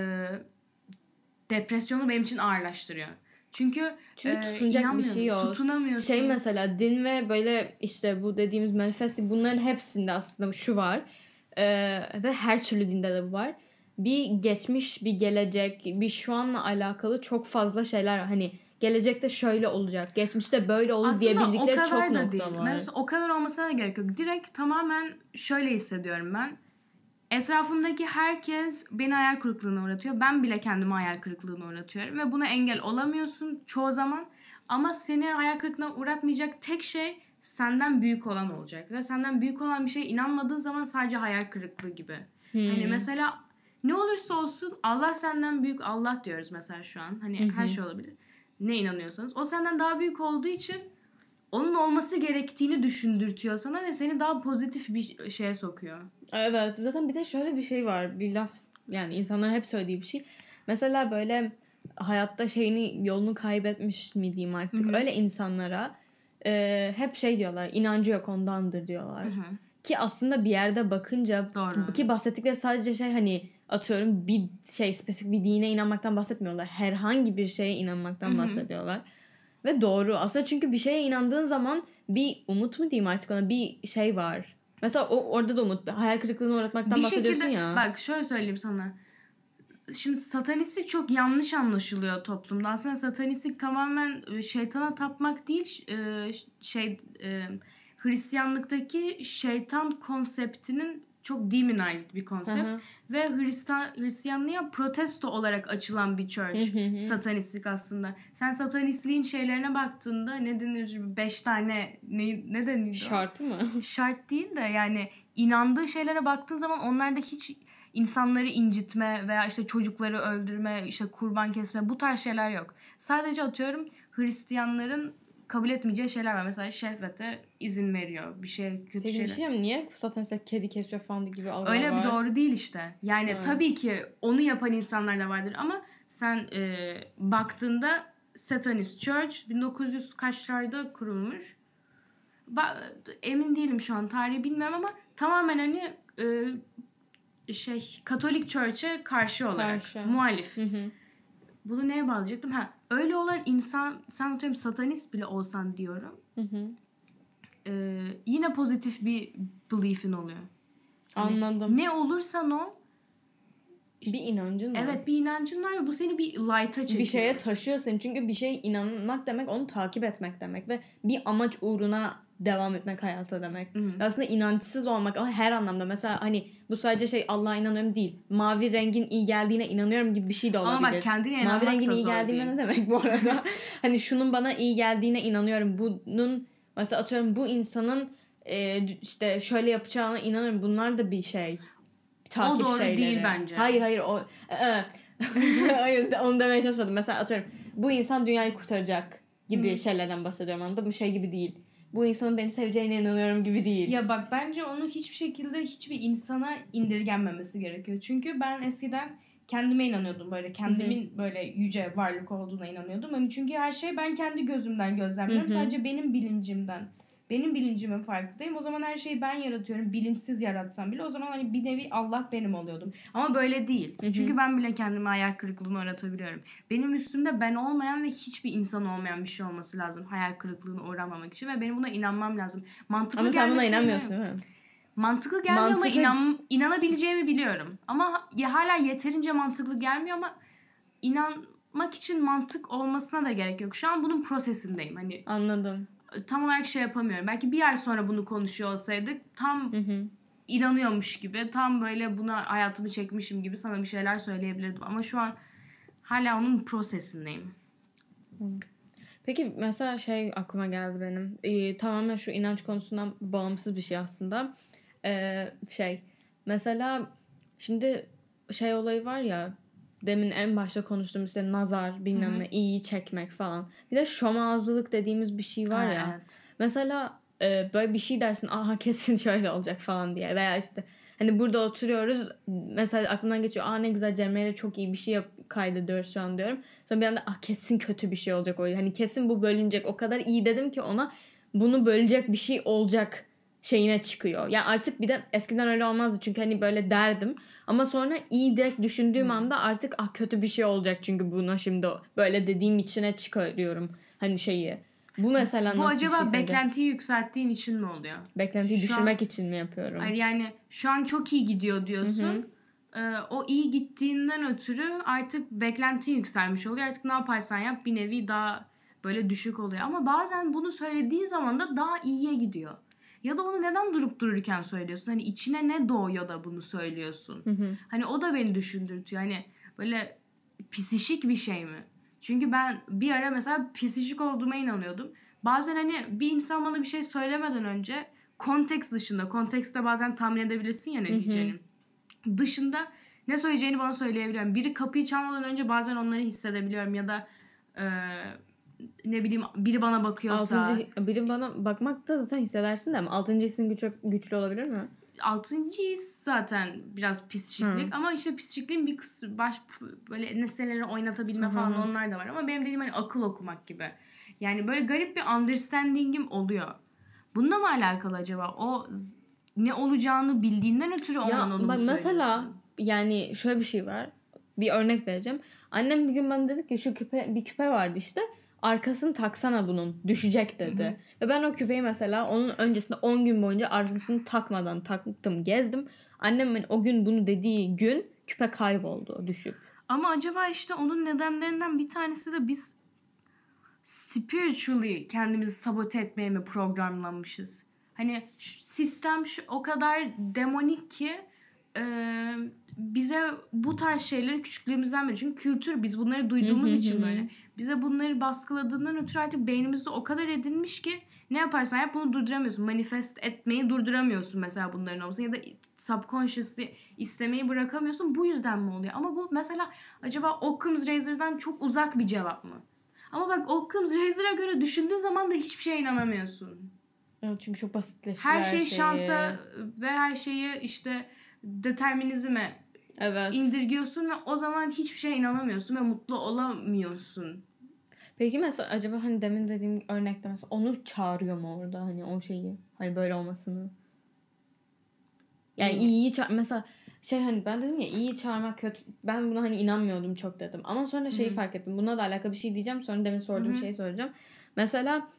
depresyonu benim için ağırlaştırıyor. Çünkü tutunacak bir şey yok. Tutunamıyorsun. Mesela din ve böyle işte bu dediğimiz manifest, bunların hepsinde aslında şu var. Ve her türlü dinde de bu var. Bir geçmiş, bir gelecek, bir şu anla alakalı çok fazla şeyler var. Hani gelecekte şöyle olacak, geçmişte böyle olur aslında diyebildikleri çok nokta var. Mesela o kadar olmasına da gerek yok. Direkt tamamen şöyle hissediyorum ben. Etrafımdaki herkes beni hayal kırıklığına uğratıyor. Ben bile kendimi hayal kırıklığına uğratıyorum. Ve buna engel olamıyorsun çoğu zaman. Ama seni hayal kırıklığına uğratmayacak tek şey senden büyük olan olacak. Ve senden büyük olan bir şeye inanmadığın zaman sadece hayal kırıklığı gibi. Hani mesela ne olursa olsun Allah senden büyük, Allah diyoruz mesela şu an. Hani her şey olabilir. Ne inanıyorsanız. O senden daha büyük olduğu için onun olması gerektiğini düşündürtüyor sana ve seni daha pozitif bir şeye sokuyor. Evet. Zaten bir de şöyle bir şey var. Bir laf, yani insanların hep söylediği bir şey. Mesela böyle hayatta yolunu kaybetmiş mi diyeyim artık. Hı-hı. Öyle insanlara hep diyorlar. İnancı yok ondandır diyorlar. Hı-hı. Ki aslında bir yerde bakınca ki bahsettikleri sadece hani atıyorum bir spesifik bir dine inanmaktan bahsetmiyorlar. Herhangi bir şeye inanmaktan Hı-hı. bahsediyorlar. Ve doğru. Aslında çünkü bir şeye inandığın zaman bir umut mu diyeyim artık ona, bir var. Mesela orada da umut. Hayal kırıklığına uğratmaktan bahsediyorsun ya. Bak şöyle söyleyeyim sana. Şimdi satanistlik çok yanlış anlaşılıyor toplumda. Aslında satanistlik tamamen şeytana tapmak değil. Hristiyanlıktaki şeytan konseptinin çok demonized bir konsept. Hı-hı. Ve Hristiyanlığa protesto olarak açılan bir church. Hı-hı. Satanistlik aslında. Sen satanistliğin şeylerine baktığında ne denir? 5 tane ne denir? Şart mı? Şart değil de yani inandığı şeylere baktığın zaman onlarda hiç insanları incitme veya işte çocukları öldürme, işte kurban kesme, bu tarz şeyler yok. Sadece atıyorum Hristiyanların kabul etmeyeceği şeyler var. Mesela şehvete izin veriyor. Bir şey kötü şeyler. Peki bir şey mi? Niye satanistler kedi kesiyor falan gibi algılar var? Öyle bir doğru değil işte. Yani tabii ki onu yapan insanlar da vardır ama sen baktığında Satanist Church 1900 kaçlarda kurulmuş? Emin değilim şu an, tarihi bilmiyorum ama tamamen hani Katolik Church'e karşı olarak muhalif. Hı. Bunu neye bağlayacaktım? Öyle olan insan, sen atıyorum satanist bile olsan diyorum. Hı. Yine pozitif bir belief'in oluyor. Yani anladım. Ne olursan o bir inancın var. Evet, bir inancın var ve bu seni bir light'a çekiyor. Bir şeye taşıyor seni. Çünkü bir şeye inanmak demek onu takip etmek demek ve bir amaç uğruna devam etmek hayata demek. Aslında inançsız olmak ama her anlamda. Mesela hani bu sadece Allah'a inanıyorum değil. Mavi rengin iyi geldiğine inanıyorum gibi bir şey de olabilir. Ama bak kendine inanmak mavi rengin da iyi zor geldiğine değil. ne demek bu arada? Hani şunun bana iyi geldiğine inanıyorum. Bunun mesela atıyorum bu insanın işte şöyle yapacağına inanıyorum. Bunlar da bir şey. Takip o doğru şeyleri. değil bence. Hayır o hayır onu demeye çalışmadım. Mesela atıyorum bu insan dünyayı kurtaracak gibi şeylerden bahsediyorum, anladın mı? Gibi değil. Bu insanın beni seveceğine inanıyorum gibi değil. Ya bak bence onu hiçbir şekilde hiçbir insana indirgenmemesi gerekiyor. Çünkü ben eskiden kendime inanıyordum, böyle kendimin böyle yüce varlık olduğuna inanıyordum. Hani çünkü her şey ben kendi gözümden gözlemliyorum. Sadece benim bilincimden. Benim bilincimin farkındayım. O zaman her şeyi ben yaratıyorum. Bilinçsiz yaratsam bile o zaman hani bir nevi Allah benim oluyordum. Ama böyle değil. Çünkü ben bile kendime hayal kırıklığına uğratabiliyorum. Benim üstümde ben olmayan ve hiçbir insan olmayan bir şey olması lazım hayal kırıklığına uğramamak için ve benim buna inanmam lazım. Mantıklı ama sen buna inanmıyorsun değil mi? Mantıklı gelmiyor ama inanabileceğimi biliyorum. Ama hala yeterince mantıklı gelmiyor ama inanmak için mantık olmasına da gerek yok. Şu an bunun prosesindeyim. Hani anladım. Tam olarak yapamıyorum. Belki bir ay sonra bunu konuşuyor olsaydık tam inanıyormuş gibi, tam böyle buna hayatımı çekmişim gibi sana bir şeyler söyleyebilirdim. Ama şu an hala onun prosesindeyim. Peki mesela şey aklıma geldi benim. Tamamen şu inanç konusundan bağımsız bir şey aslında. Şey mesela şimdi şey olayı var ya, demin en başta konuştuğumuz işte nazar bilmem ne, iyi çekmek falan. Bir de şomazlılık dediğimiz bir şey var ya. Evet. Mesela böyle bir şey dersin, aha kesin şöyle olacak falan diye, veya işte hani burada oturuyoruz mesela aklımdan geçiyor, ne güzel Cemre'yle çok iyi bir şey kaydediyoruz şu an diyorum. Sonra bir anda kesin kötü bir şey olacak o. Hani kesin bu bölünecek. O kadar iyi dedim ki ona, bunu bölecek bir şey olacak şeyine çıkıyor. Yani artık bir de eskiden öyle olmazdı çünkü hani böyle derdim. Ama sonra iyi direkt düşündüğüm anda artık kötü bir şey olacak çünkü buna şimdi böyle dediğim içine çıkarıyorum hani şeyi. Bu mesela Bu nasıl bir şey acaba sence? beklentiyi yükselttiğin için mi oluyor? Beklentiyi düşürmek için mi yapıyorum? Hayır, yani şu an çok iyi gidiyor diyorsun. O iyi gittiğinden ötürü artık beklentin yükselmiş oluyor. Artık ne yaparsan yap bir nevi daha böyle düşük oluyor. Ama bazen bunu söylediği zaman da daha iyiye gidiyor. Ya da onu neden durup dururken söylüyorsun? Hani içine ne doğuyor da bunu söylüyorsun? Hani o da beni düşündürtüyor. Hani böyle psişik bir şey mi? Çünkü ben bir ara mesela psişik olduğuma inanıyordum. Bazen hani bir insan bana bir şey söylemeden önce konteks dışında, kontekste bazen tahmin edebilirsin ya ne diyeceğini. Dışında ne söyleyeceğini bana söyleyebiliyorum. Biri kapıyı çalmadan önce bazen onları hissedebiliyorum ya da ne bileyim biri bana bakıyorsa. Biri bana bakmak da zaten hissedersin de, ama 6. hissin güçlü olabilir mi? 6. his zaten biraz psikiklik ama işte psikikliğin bir kısmı böyle nesneleri oynatabilme falan onlar da var ama benim dediğim hani akıl okumak gibi. Yani böyle garip bir understanding'im oluyor. Bununla mı alakalı acaba? O ne olacağını bildiğinden ötürü ondan onu mu söylüyorsun? Mesela yani şöyle bir şey var. Bir örnek vereceğim. Annem bir gün bana dedi ki şu bir küpe vardı işte. Arkasını taksana bunun. Düşecek dedi. Ve ben o küpeyi mesela onun öncesinde 10 gün boyunca arkasını takmadan taktım, gezdim. Annemin o gün bunu dediği gün küpe kayboldu düşüp. Ama acaba işte onun nedenlerinden bir tanesi de biz spiritually kendimizi sabote etmeye mi programlanmışız? Hani sistem o kadar demonik ki bize bu tarz şeyleri küçüklüğümüzden beri, çünkü kültür, biz bunları duyduğumuz için böyle. Bize bunları baskıladığından ötürü artık beynimizde o kadar edinmiş ki ne yaparsan yap bunu durduramıyorsun. Manifest etmeyi durduramıyorsun mesela bunların olmasını ya da subconsciously istemeyi bırakamıyorsun. Bu yüzden mi oluyor? Ama bu mesela acaba Occam's Razor'dan çok uzak bir cevap mı? Ama bak Occam's Razor'a göre düşündüğün zaman da hiçbir şeye inanamıyorsun. Evet, çünkü çok basitleştiriyor her şeyi. Şansa ve her şeyi işte determinizme indirgiyorsun ve o zaman hiçbir şeye inanamıyorsun ve mutlu olamıyorsun. Peki mesela acaba hani demin dediğim örnekte mesela onu çağırıyor mu orada hani o şeyi, hani böyle olmasını? Yani iyiyi mesela şey, hani ben dedim ya iyiyi çağırmak kötü. Ben buna hani inanmıyordum çok dedim. Ama sonra şeyi fark ettim. Bununla da alakalı bir şey diyeceğim. Sonra demin sorduğum şeyi soracağım. Mesela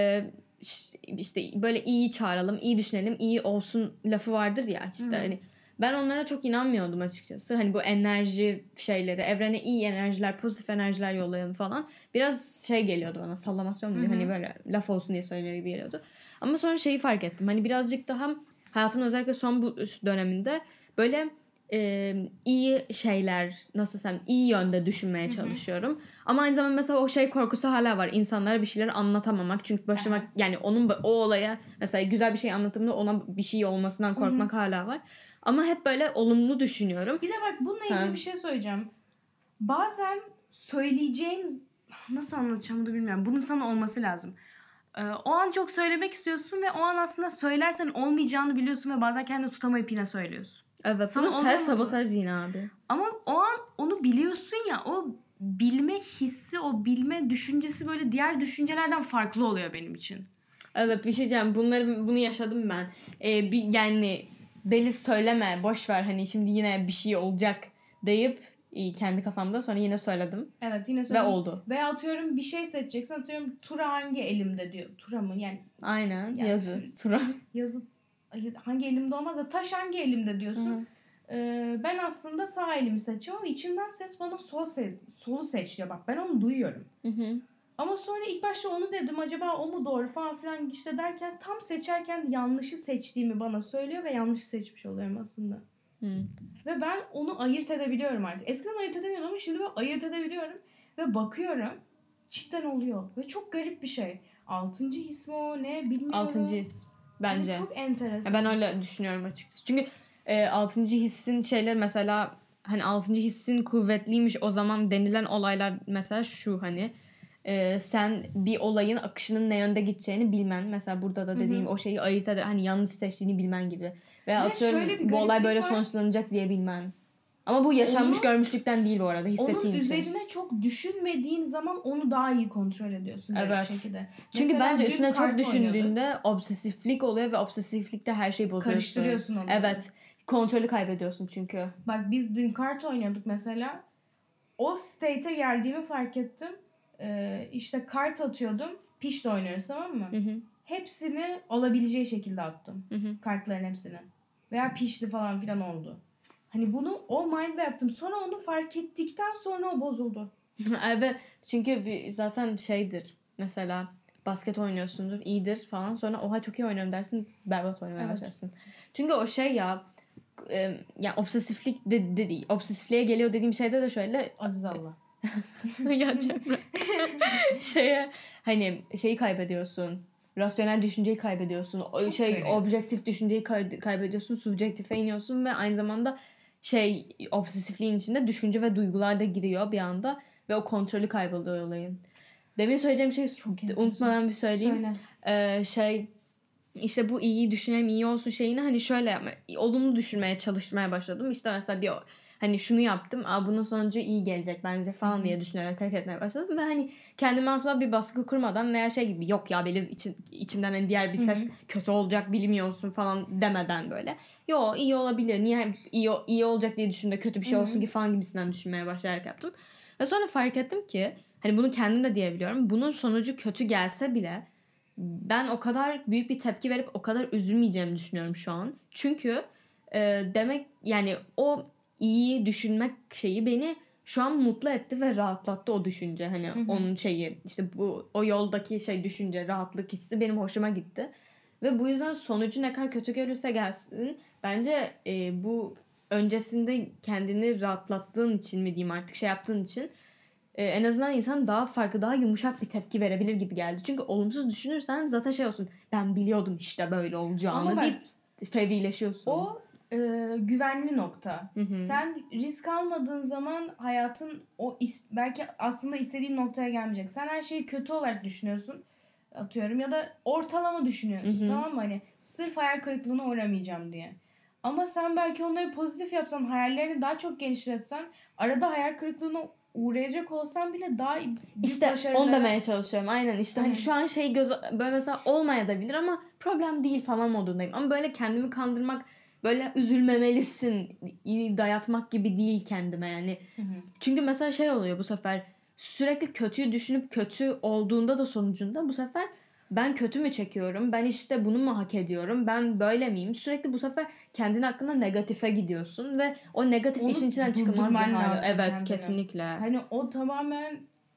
işte böyle iyiyi çağıralım, iyi düşünelim, iyi olsun lafı vardır ya işte hani ben onlara çok inanmıyordum açıkçası. Hani bu enerji şeyleri, evrene iyi enerjiler, pozitif enerjiler yollayalım falan. Biraz şey geliyordu bana, sallamasyon mu diyor. Hani böyle laf olsun diye söylüyor gibi geliyordu. Ama sonra şeyi fark ettim. Hani birazcık daha hayatımın özellikle son bu döneminde böyle iyi şeyler, nasıl desem, iyi yönde düşünmeye çalışıyorum. Ama aynı zamanda mesela o şey korkusu hala var. İnsanlara bir şeyler anlatamamak. Çünkü başıma yani o olaya mesela güzel bir şey anlattığımda ona bir şey olmasından korkmak hala var. Ama hep böyle olumlu düşünüyorum. Bir de bak bununla ilgili bir şey söyleyeceğim. Bazen söyleyeceğin, nasıl anlatacağımı da bilmiyorum. Bunun sana olması lazım. O an çok söylemek istiyorsun ve o an aslında söylersen olmayacağını biliyorsun ve bazen kendini tutamayıp yine söylüyorsun. Evet, bu da self sabotaj yine abi. Ama o an onu biliyorsun ya, o bilme hissi, o bilme düşüncesi böyle diğer düşüncelerden farklı oluyor benim için. Evet, bir şey diyeceğim. Bunu yaşadım ben. Yani Beliz söyleme, boş ver, hani şimdi yine bir şey olacak deyip kendi kafamda sonra yine söyledim. Evet, yine söyledim. Ve oldu. Veya atıyorum bir şey seçeceksin. Atıyorum Tura hangi elimde diyor. Tura mı? Yani aynen. Yazı. Tura. Yazı hangi elimde olmaz da taş hangi elimde diyorsun. Ben aslında sağ elimi seçiyorum ama içimden ses bana solu seç diyor. Bak ben onu duyuyorum. Ama sonra ilk başta onu dedim, acaba o mu doğru falan filan işte derken tam seçerken yanlışı seçtiğimi bana söylüyor ve yanlışı seçmiş oluyorum aslında. Ve ben onu ayırt edebiliyorum artık. Eskiden ayırt edemiyordum ama şimdi ben ayırt edebiliyorum ve bakıyorum. cidden oluyor. Ve çok garip bir şey. 6. his mi o ne bilmiyorum. 6. his bence. Yani çok enteresan. Ben öyle düşünüyorum açıkçası. Çünkü 6. hissin şeyler mesela hani 6. hissin kuvvetliymiş o zaman denilen olaylar mesela şu hani sen bir olayın akışının ne yönde gideceğini bilmen. Mesela burada da dediğim o şeyi ayırt eder hani yanlış seçtiğini bilmen gibi. Veya atıyorum bu olay böyle sonuçlanacak diye bilmen. Ama bu yaşanmış görmüşlükten değil bu arada hissettiğin onun için. üzerine çok düşünmediğin zaman onu daha iyi kontrol ediyorsun evet. bir şekilde. Çünkü mesela bence üstüne çok düşündüğünde obsesiflik oluyor ve obsesiflikte her şeyi bozuyorsun. Karıştırıyorsun onu. Evet. Kontrolü kaybediyorsun çünkü. Bak biz dün kart oynuyorduk mesela. O state'e geldiğimi fark ettim. İşte kart atıyordum. Piş de oynuyoruz tamam mı? Hepsini olabileceği şekilde attım. Kartların hepsini. Veya pişti falan filan oldu. Hani bunu o mind'le yaptım. Sonra onu fark ettikten sonra o bozuldu. Evet. Çünkü zaten şeydir. Mesela basket oynuyorsundur. iyidir falan. Sonra oha çok iyi oynuyorum dersin. Berbat oynamaya başlarsın. Çünkü o şey ya yani obsesiflik de değil. Obsesifliğe geliyor dediğim şeyde de şöyle. Aziz Allah. Gerçekten. Hani şeyi kaybediyorsun. Rasyonel düşünceyi kaybediyorsun. Objektif düşünceyi kaybediyorsun. Subjektife iniyorsun ve aynı zamanda obsesifliğin içinde düşünce ve duygular da giriyor bir anda ve o kontrolü kayboluyor olayın. Demin söyleyeceğim şeyi unutmadan bir söyleyeyim. İşte bu iyi düşünelim iyi olsun şeyini hani şöyle yapma. Olumlu düşünmeye çalışmaya başladım. İşte mesela hani şunu yaptım. Bunun sonucu iyi gelecek bence falan diye düşünerek hareket etmeye başladım. Ve hani kendime asla bir baskı kurmadan veya gibi yok ya Beliz içimden hani diğer bir ses kötü olacak bilmiyorsun falan demeden böyle. Yo iyi olabilir. Niye iyi olacak diye düşündüm kötü bir şey olsun ki falan gibisinden düşünmeye başlayarak yaptım. Ve sonra fark ettim ki hani bunu kendim de diyebiliyorum. Bunun sonucu kötü gelse bile ben o kadar büyük bir tepki verip o kadar üzülmeyeceğimi düşünüyorum şu an. Çünkü demek yani o iyi düşünmek şeyi beni şu an mutlu etti ve rahatlattı o düşünce. Hani onun işte o yoldaki düşünce, rahatlık hissi benim hoşuma gitti. Ve bu yüzden sonucu ne kadar kötü gelirse gelsin bence bu öncesinde kendini rahatlattığın için mi diyeyim artık yaptığın için en azından insan daha farklı, daha yumuşak bir tepki verebilir gibi geldi. Çünkü olumsuz düşünürsen zaten olsun. Ben biliyordum işte böyle olacağını deyip fevrileşiyorsun. O güvenli nokta. Sen risk almadığın zaman hayatın belki aslında istediğin noktaya gelmeyecek. Sen her şeyi kötü olarak düşünüyorsun. Atıyorum ya da ortalama düşünüyorsun. Tamam mı? Hani sırf hayal kırıklığına uğramayacağım diye. Ama sen belki onları pozitif yapsan, hayallerini daha çok genişletsen, arada hayal kırıklığına uğrayacak olsan bile daha büyük İşte başarılara... onu demeye çalışıyorum. Aynen işte hani şu an böyle mesela olmayabilir ama problem değil falan modundayım. Ama böyle kendimi kandırmak, böyle üzülmemelisin, dayatmak gibi değil kendime yani. Çünkü mesela oluyor bu sefer sürekli kötüyü düşünüp kötü olduğunda da sonucunda bu sefer ben kötü mü çekiyorum? Ben işte bunu mu hak ediyorum? Ben böyle miyim? Sürekli bu sefer kendin hakkında negatife gidiyorsun ve o negatif onu işin içinden çıkılmaz bir hali. Evet kendine. kesinlikle. Hani o tamamen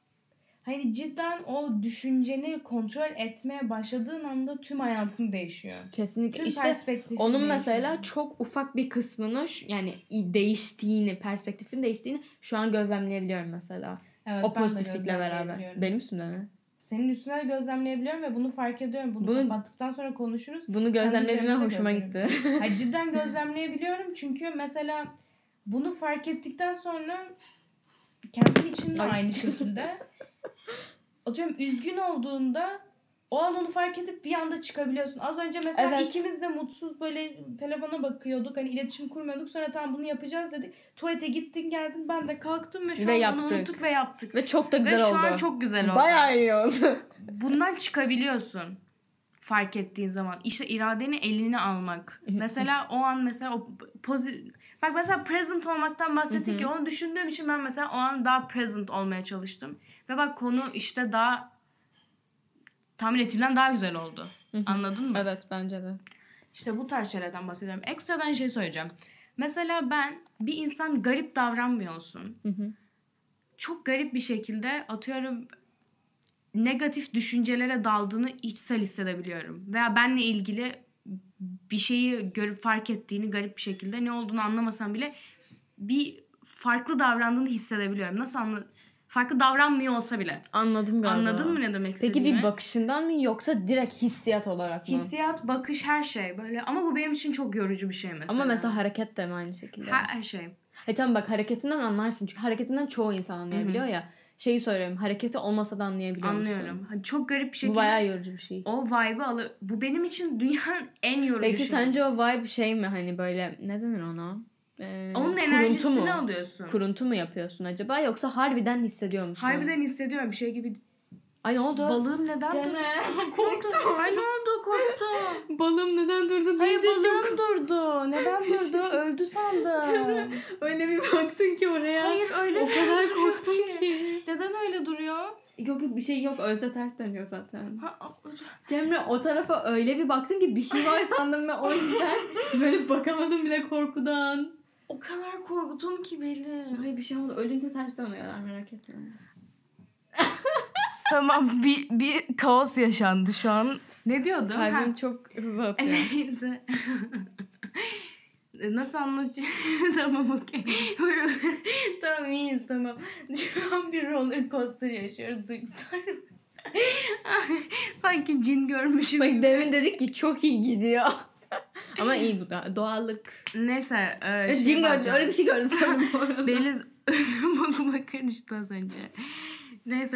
hani cidden o düşünceni kontrol etmeye başladığın anda tüm hayatın değişiyor. Kesinlikle. Tüm işte onun değişiyor. mesela çok ufak bir kısmını yani perspektifin değiştiğini şu an gözlemleyebiliyorum mesela. Evet, o pozitiflikle beraber. Benim üstümde mi? Senin üstüne de gözlemleyebiliyorum ve bunu fark ediyorum. Bunu kapattıktan sonra konuşuruz. Bunu gözlemleyebilmem hoşuma gitti. Hayır, cidden gözlemleyebiliyorum. Çünkü mesela bunu fark ettikten sonra kendin için de aynı şekilde atıyorum üzgün olduğunda o an onu fark edip bir anda çıkabiliyorsun. Az önce mesela ikimiz de mutsuz böyle telefona bakıyorduk. Hani iletişim kurmuyorduk. Sonra tamam bunu yapacağız dedik. Tuvalete gittin geldin. Ben de kalktım ve şu an bunu unuttuk ve yaptık. Ve çok da güzel oldu. Ve şu an çok güzel oldu. Bayağı iyi oldu. Bundan çıkabiliyorsun. Fark ettiğin zaman. İşte iradeni eline almak. Mesela o an mesela o bak mesela present olmaktan bahsettik ya, onu düşündüğüm için ben mesela o an daha present olmaya çalıştım. Ve bak konu işte daha tahmin ettiğimden daha güzel oldu. Anladın mı? Evet bence de. İşte bu tarz şeylerden bahsediyorum. Ekstradan söyleyeceğim. Mesela bir insan garip davranmıyor olsun. Çok garip bir şekilde atıyorum negatif düşüncelere daldığını içsel hissedebiliyorum. Veya benle ilgili bir şeyi görüp fark ettiğini garip bir şekilde ne olduğunu anlamasam bile bir farklı davrandığını hissedebiliyorum. Nasıl farklı davranmıyor olsa bile. Anladım galiba. Anladın mı ne demek istediğimi? Peki bir bakışından mı yoksa direkt hissiyat olarak mı? Hissiyat, bakış, her şey böyle. Ama bu benim için çok yorucu bir şey mesela. Ama mesela hareket de mi aynı şekilde? Her şey. Tamam bak, hareketinden anlarsın. Çünkü hareketinden çoğu insan anlayabiliyor ya. Şeyi soruyorum. Hareketi olmasa da anlayabiliyor musun? Anlıyorum. Hani çok garip bir şekilde. Bu bayağı yorucu bir şey. O vibe'ı bu benim için dünyanın en yorucu Peki şeyi. sence o vibe şey mi, hani böyle ne denir ona? Onun enerjisini alıyorsun. Kuruntu mu yapıyorsun acaba, yoksa harbiden hissediyor musun? Harbiden hissediyorum, bir şey gibi. Ay ne oldu? Balığım neden durdu? Korktum. Ay ne oldu, korktum. Balığım neden durdu? Hayır, balığım durdu. Neden durdu? Öldü sandım. Öyle bir baktın ki oraya. Hayır, öyle O kadar korktum ki. Neden öyle duruyor? Yok bir şey yok. Ölse ters dönüyor zaten. Ha, Cemre o tarafa öyle bir baktın ki bir şey var sandım ve o yüzden böyle bakamadım bile korkudan. o kadar korktum ki belli. Ay bir şey oldu. Ölünce ters dönüyorlar, merak etme. Tamam, bir kaos yaşandı şu an. Ne diyordu? Kalbim çok hızlı atıyor. Neyse. Nasıl anlatacağım? Tamam, okey. Tamam, iyiyiz, tamam. Şu an bir roller coaster yaşıyoruz duygusal. Sanki cin görmüşüm. Bak demin dedik ki çok iyi gidiyor. Ama iyi bu da. Doğallık. Neyse. Cin gördü. Öyle bir şey gördüm sanırım bu arada. Beliz bakıma karıştı az önce. Neyse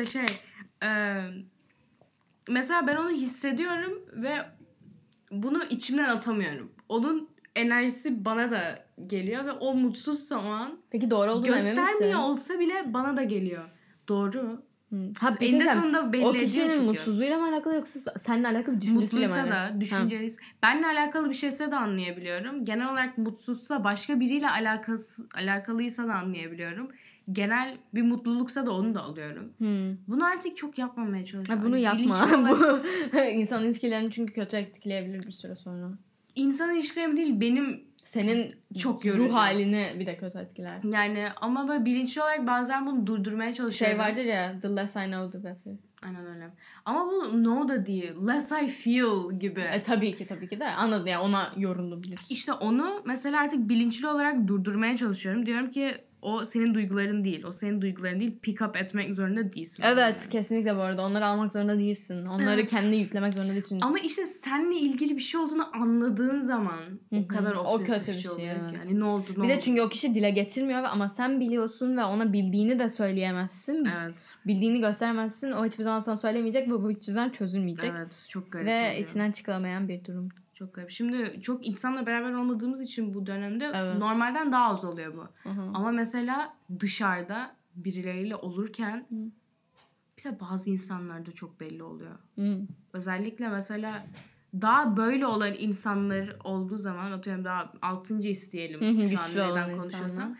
mesela ben onu hissediyorum ve bunu içimden atamıyorum. Onun enerjisi bana da geliyor ve o mutsuz zaman Peki doğru olduğunu emin misin? göstermiyor olsa bile bana da geliyor. Doğru. Ha, Eninde sonunda belli o ediyor kişinin çünkü. mutsuzluğuyla mı alakalı yoksa seninle alakalı bir düşüncesiyle mi? Mutluysa da, düşünceliyiz. Benle alakalı bir şeyse de anlayabiliyorum. Genel olarak mutsuzsa, başka biriyle alakalıysa da anlayabiliyorum. Genel bir mutluluksa da onu da alıyorum. Bunu artık çok yapmamaya çalışıyorum. Bunu yapma. Olarak... Bu insan ilişkilerini çünkü kötü etkileyebilir bir süre sonra. İnsan ilişkilerim değil, benim senin çok ruh halini bir de kötü etkiler. Yani ama böyle bilinçli olarak bazen bunu durdurmaya çalışıyorum. Şey vardır ya, the less I know the better. Aynen öyle. Ama bu no da değil. Less I feel gibi. Tabii ki de anladım ya, ona yorulabilir. İşte onu mesela artık bilinçli olarak durdurmaya çalışıyorum. Diyorum ki o senin duyguların değil. O senin duyguların değil. Pick up etmek zorunda değilsin. Evet yani. Kesinlikle bu arada. Onları almak zorunda değilsin. Onları kendine yüklemek zorunda değilsin. Ama işte seninle ilgili bir şey olduğunu anladığın zaman o kadar obsesif bir şey oluyor ki. Evet. Yani ne oldu bir de çünkü o kişi dile getirmiyor ama sen biliyorsun ve ona bildiğini de söyleyemezsin. Evet. Bildiğini gösteremezsin. O hiçbir zaman sana söylemeyecek ve bu hiçbir zaman çözülmeyecek. Evet. Çok garip ve oluyor. içinden çıkılamayan bir durum. Çok garip. Şimdi çok insanla beraber olmadığımız için bu dönemde normalden daha az oluyor bu. Ama mesela dışarıda birileriyle olurken bir de bazı insanlarda çok belli oluyor. Özellikle mesela daha böyle olan insanlar olduğu zaman, atıyorum daha 6. isteyelim şu an neden konuşuyorsam.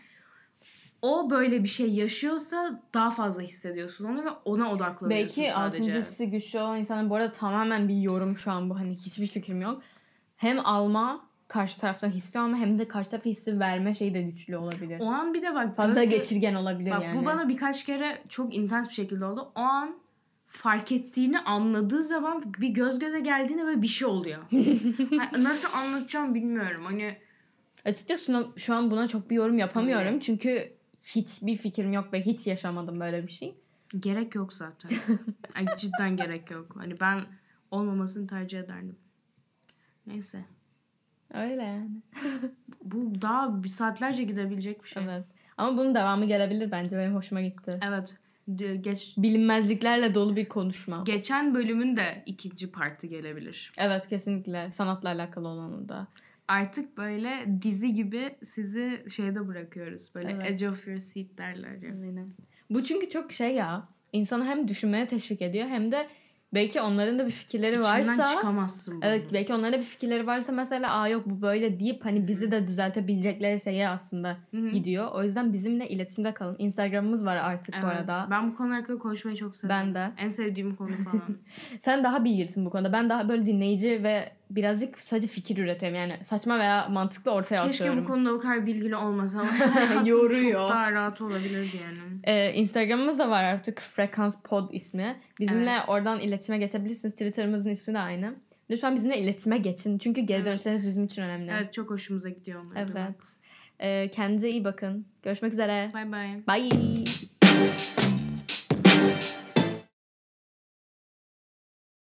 O böyle bir şey yaşıyorsa daha fazla hissediyorsun onu ve ona odaklanıyorsun belki sadece. Belki 6. hissi güçlü olan insanlar, bu arada tamamen bir yorum şu an bu, hani hiçbir fikrim yok. Hem alma, karşı taraftan hissi alma, hem de karşı tarafa hissi verme şeyi de güçlü olabilir. O an bir de bak fazla geçirgen olabilir bak, yani. Bu bana birkaç kere çok intens bir şekilde oldu. O an fark ettiğini anladığı zaman bir göz göze geldiğinde böyle bir şey oluyor. Nasıl anlatacağım bilmiyorum. Hani açıkçası şu an buna çok bir yorum yapamıyorum. Çünkü hiçbir fikrim yok ve hiç yaşamadım böyle bir şey. Gerek yok zaten. Yani cidden gerek yok. Hani ben olmamasını tercih ederdim. Neyse. Öyle yani. Bu daha bir saatlerce gidebilecek bir şey. Evet. Ama bunun devamı gelebilir bence. Benim hoşuma gitti. Evet. Bilinmezliklerle dolu bir konuşma. Geçen bölümün de 2. partı gelebilir. Evet kesinlikle. Sanatla alakalı olanı da. Artık böyle dizi gibi sizi şeyde bırakıyoruz. Böyle evet. edge of your seat derler ya. Aynen. Bu çünkü çok şey ya. İnsanı hem düşünmeye teşvik ediyor hem de belki onların da bir fikirleri varsa. İçinden çıkamazsın bunu. Evet, belki onların da bir fikirleri varsa mesela yok bu böyle deyip hani bizi de düzeltebilecekleri şeye aslında gidiyor. O yüzden bizimle iletişimde kalın. Instagram'ımız var artık bu arada. Ben bu konu hakkında konuşmayı çok seviyorum. Ben de. En sevdiğim konu falan. Sen daha bilgilisin bu konuda. Ben daha böyle dinleyici ve birazcık sadece fikir üretiyorum. Yani saçma veya mantıklı ortaya atıyorum. Keşke bu konuda o kadar bilgili olmasam. Yoruyor. Çok daha rahat olabilirdi yani. Instagram'ımız da var artık. Frekans Pod ismi. Bizimle oradan iletişime geçebilirsiniz. Twitter'ımızın ismi de aynı. Lütfen bizimle iletişime geçin. Çünkü geri dönüşleriniz bizim için önemli. Evet, çok hoşumuza gidiyor onları. Evet. Kendinize iyi bakın. Görüşmek üzere. Bye bye. Bye.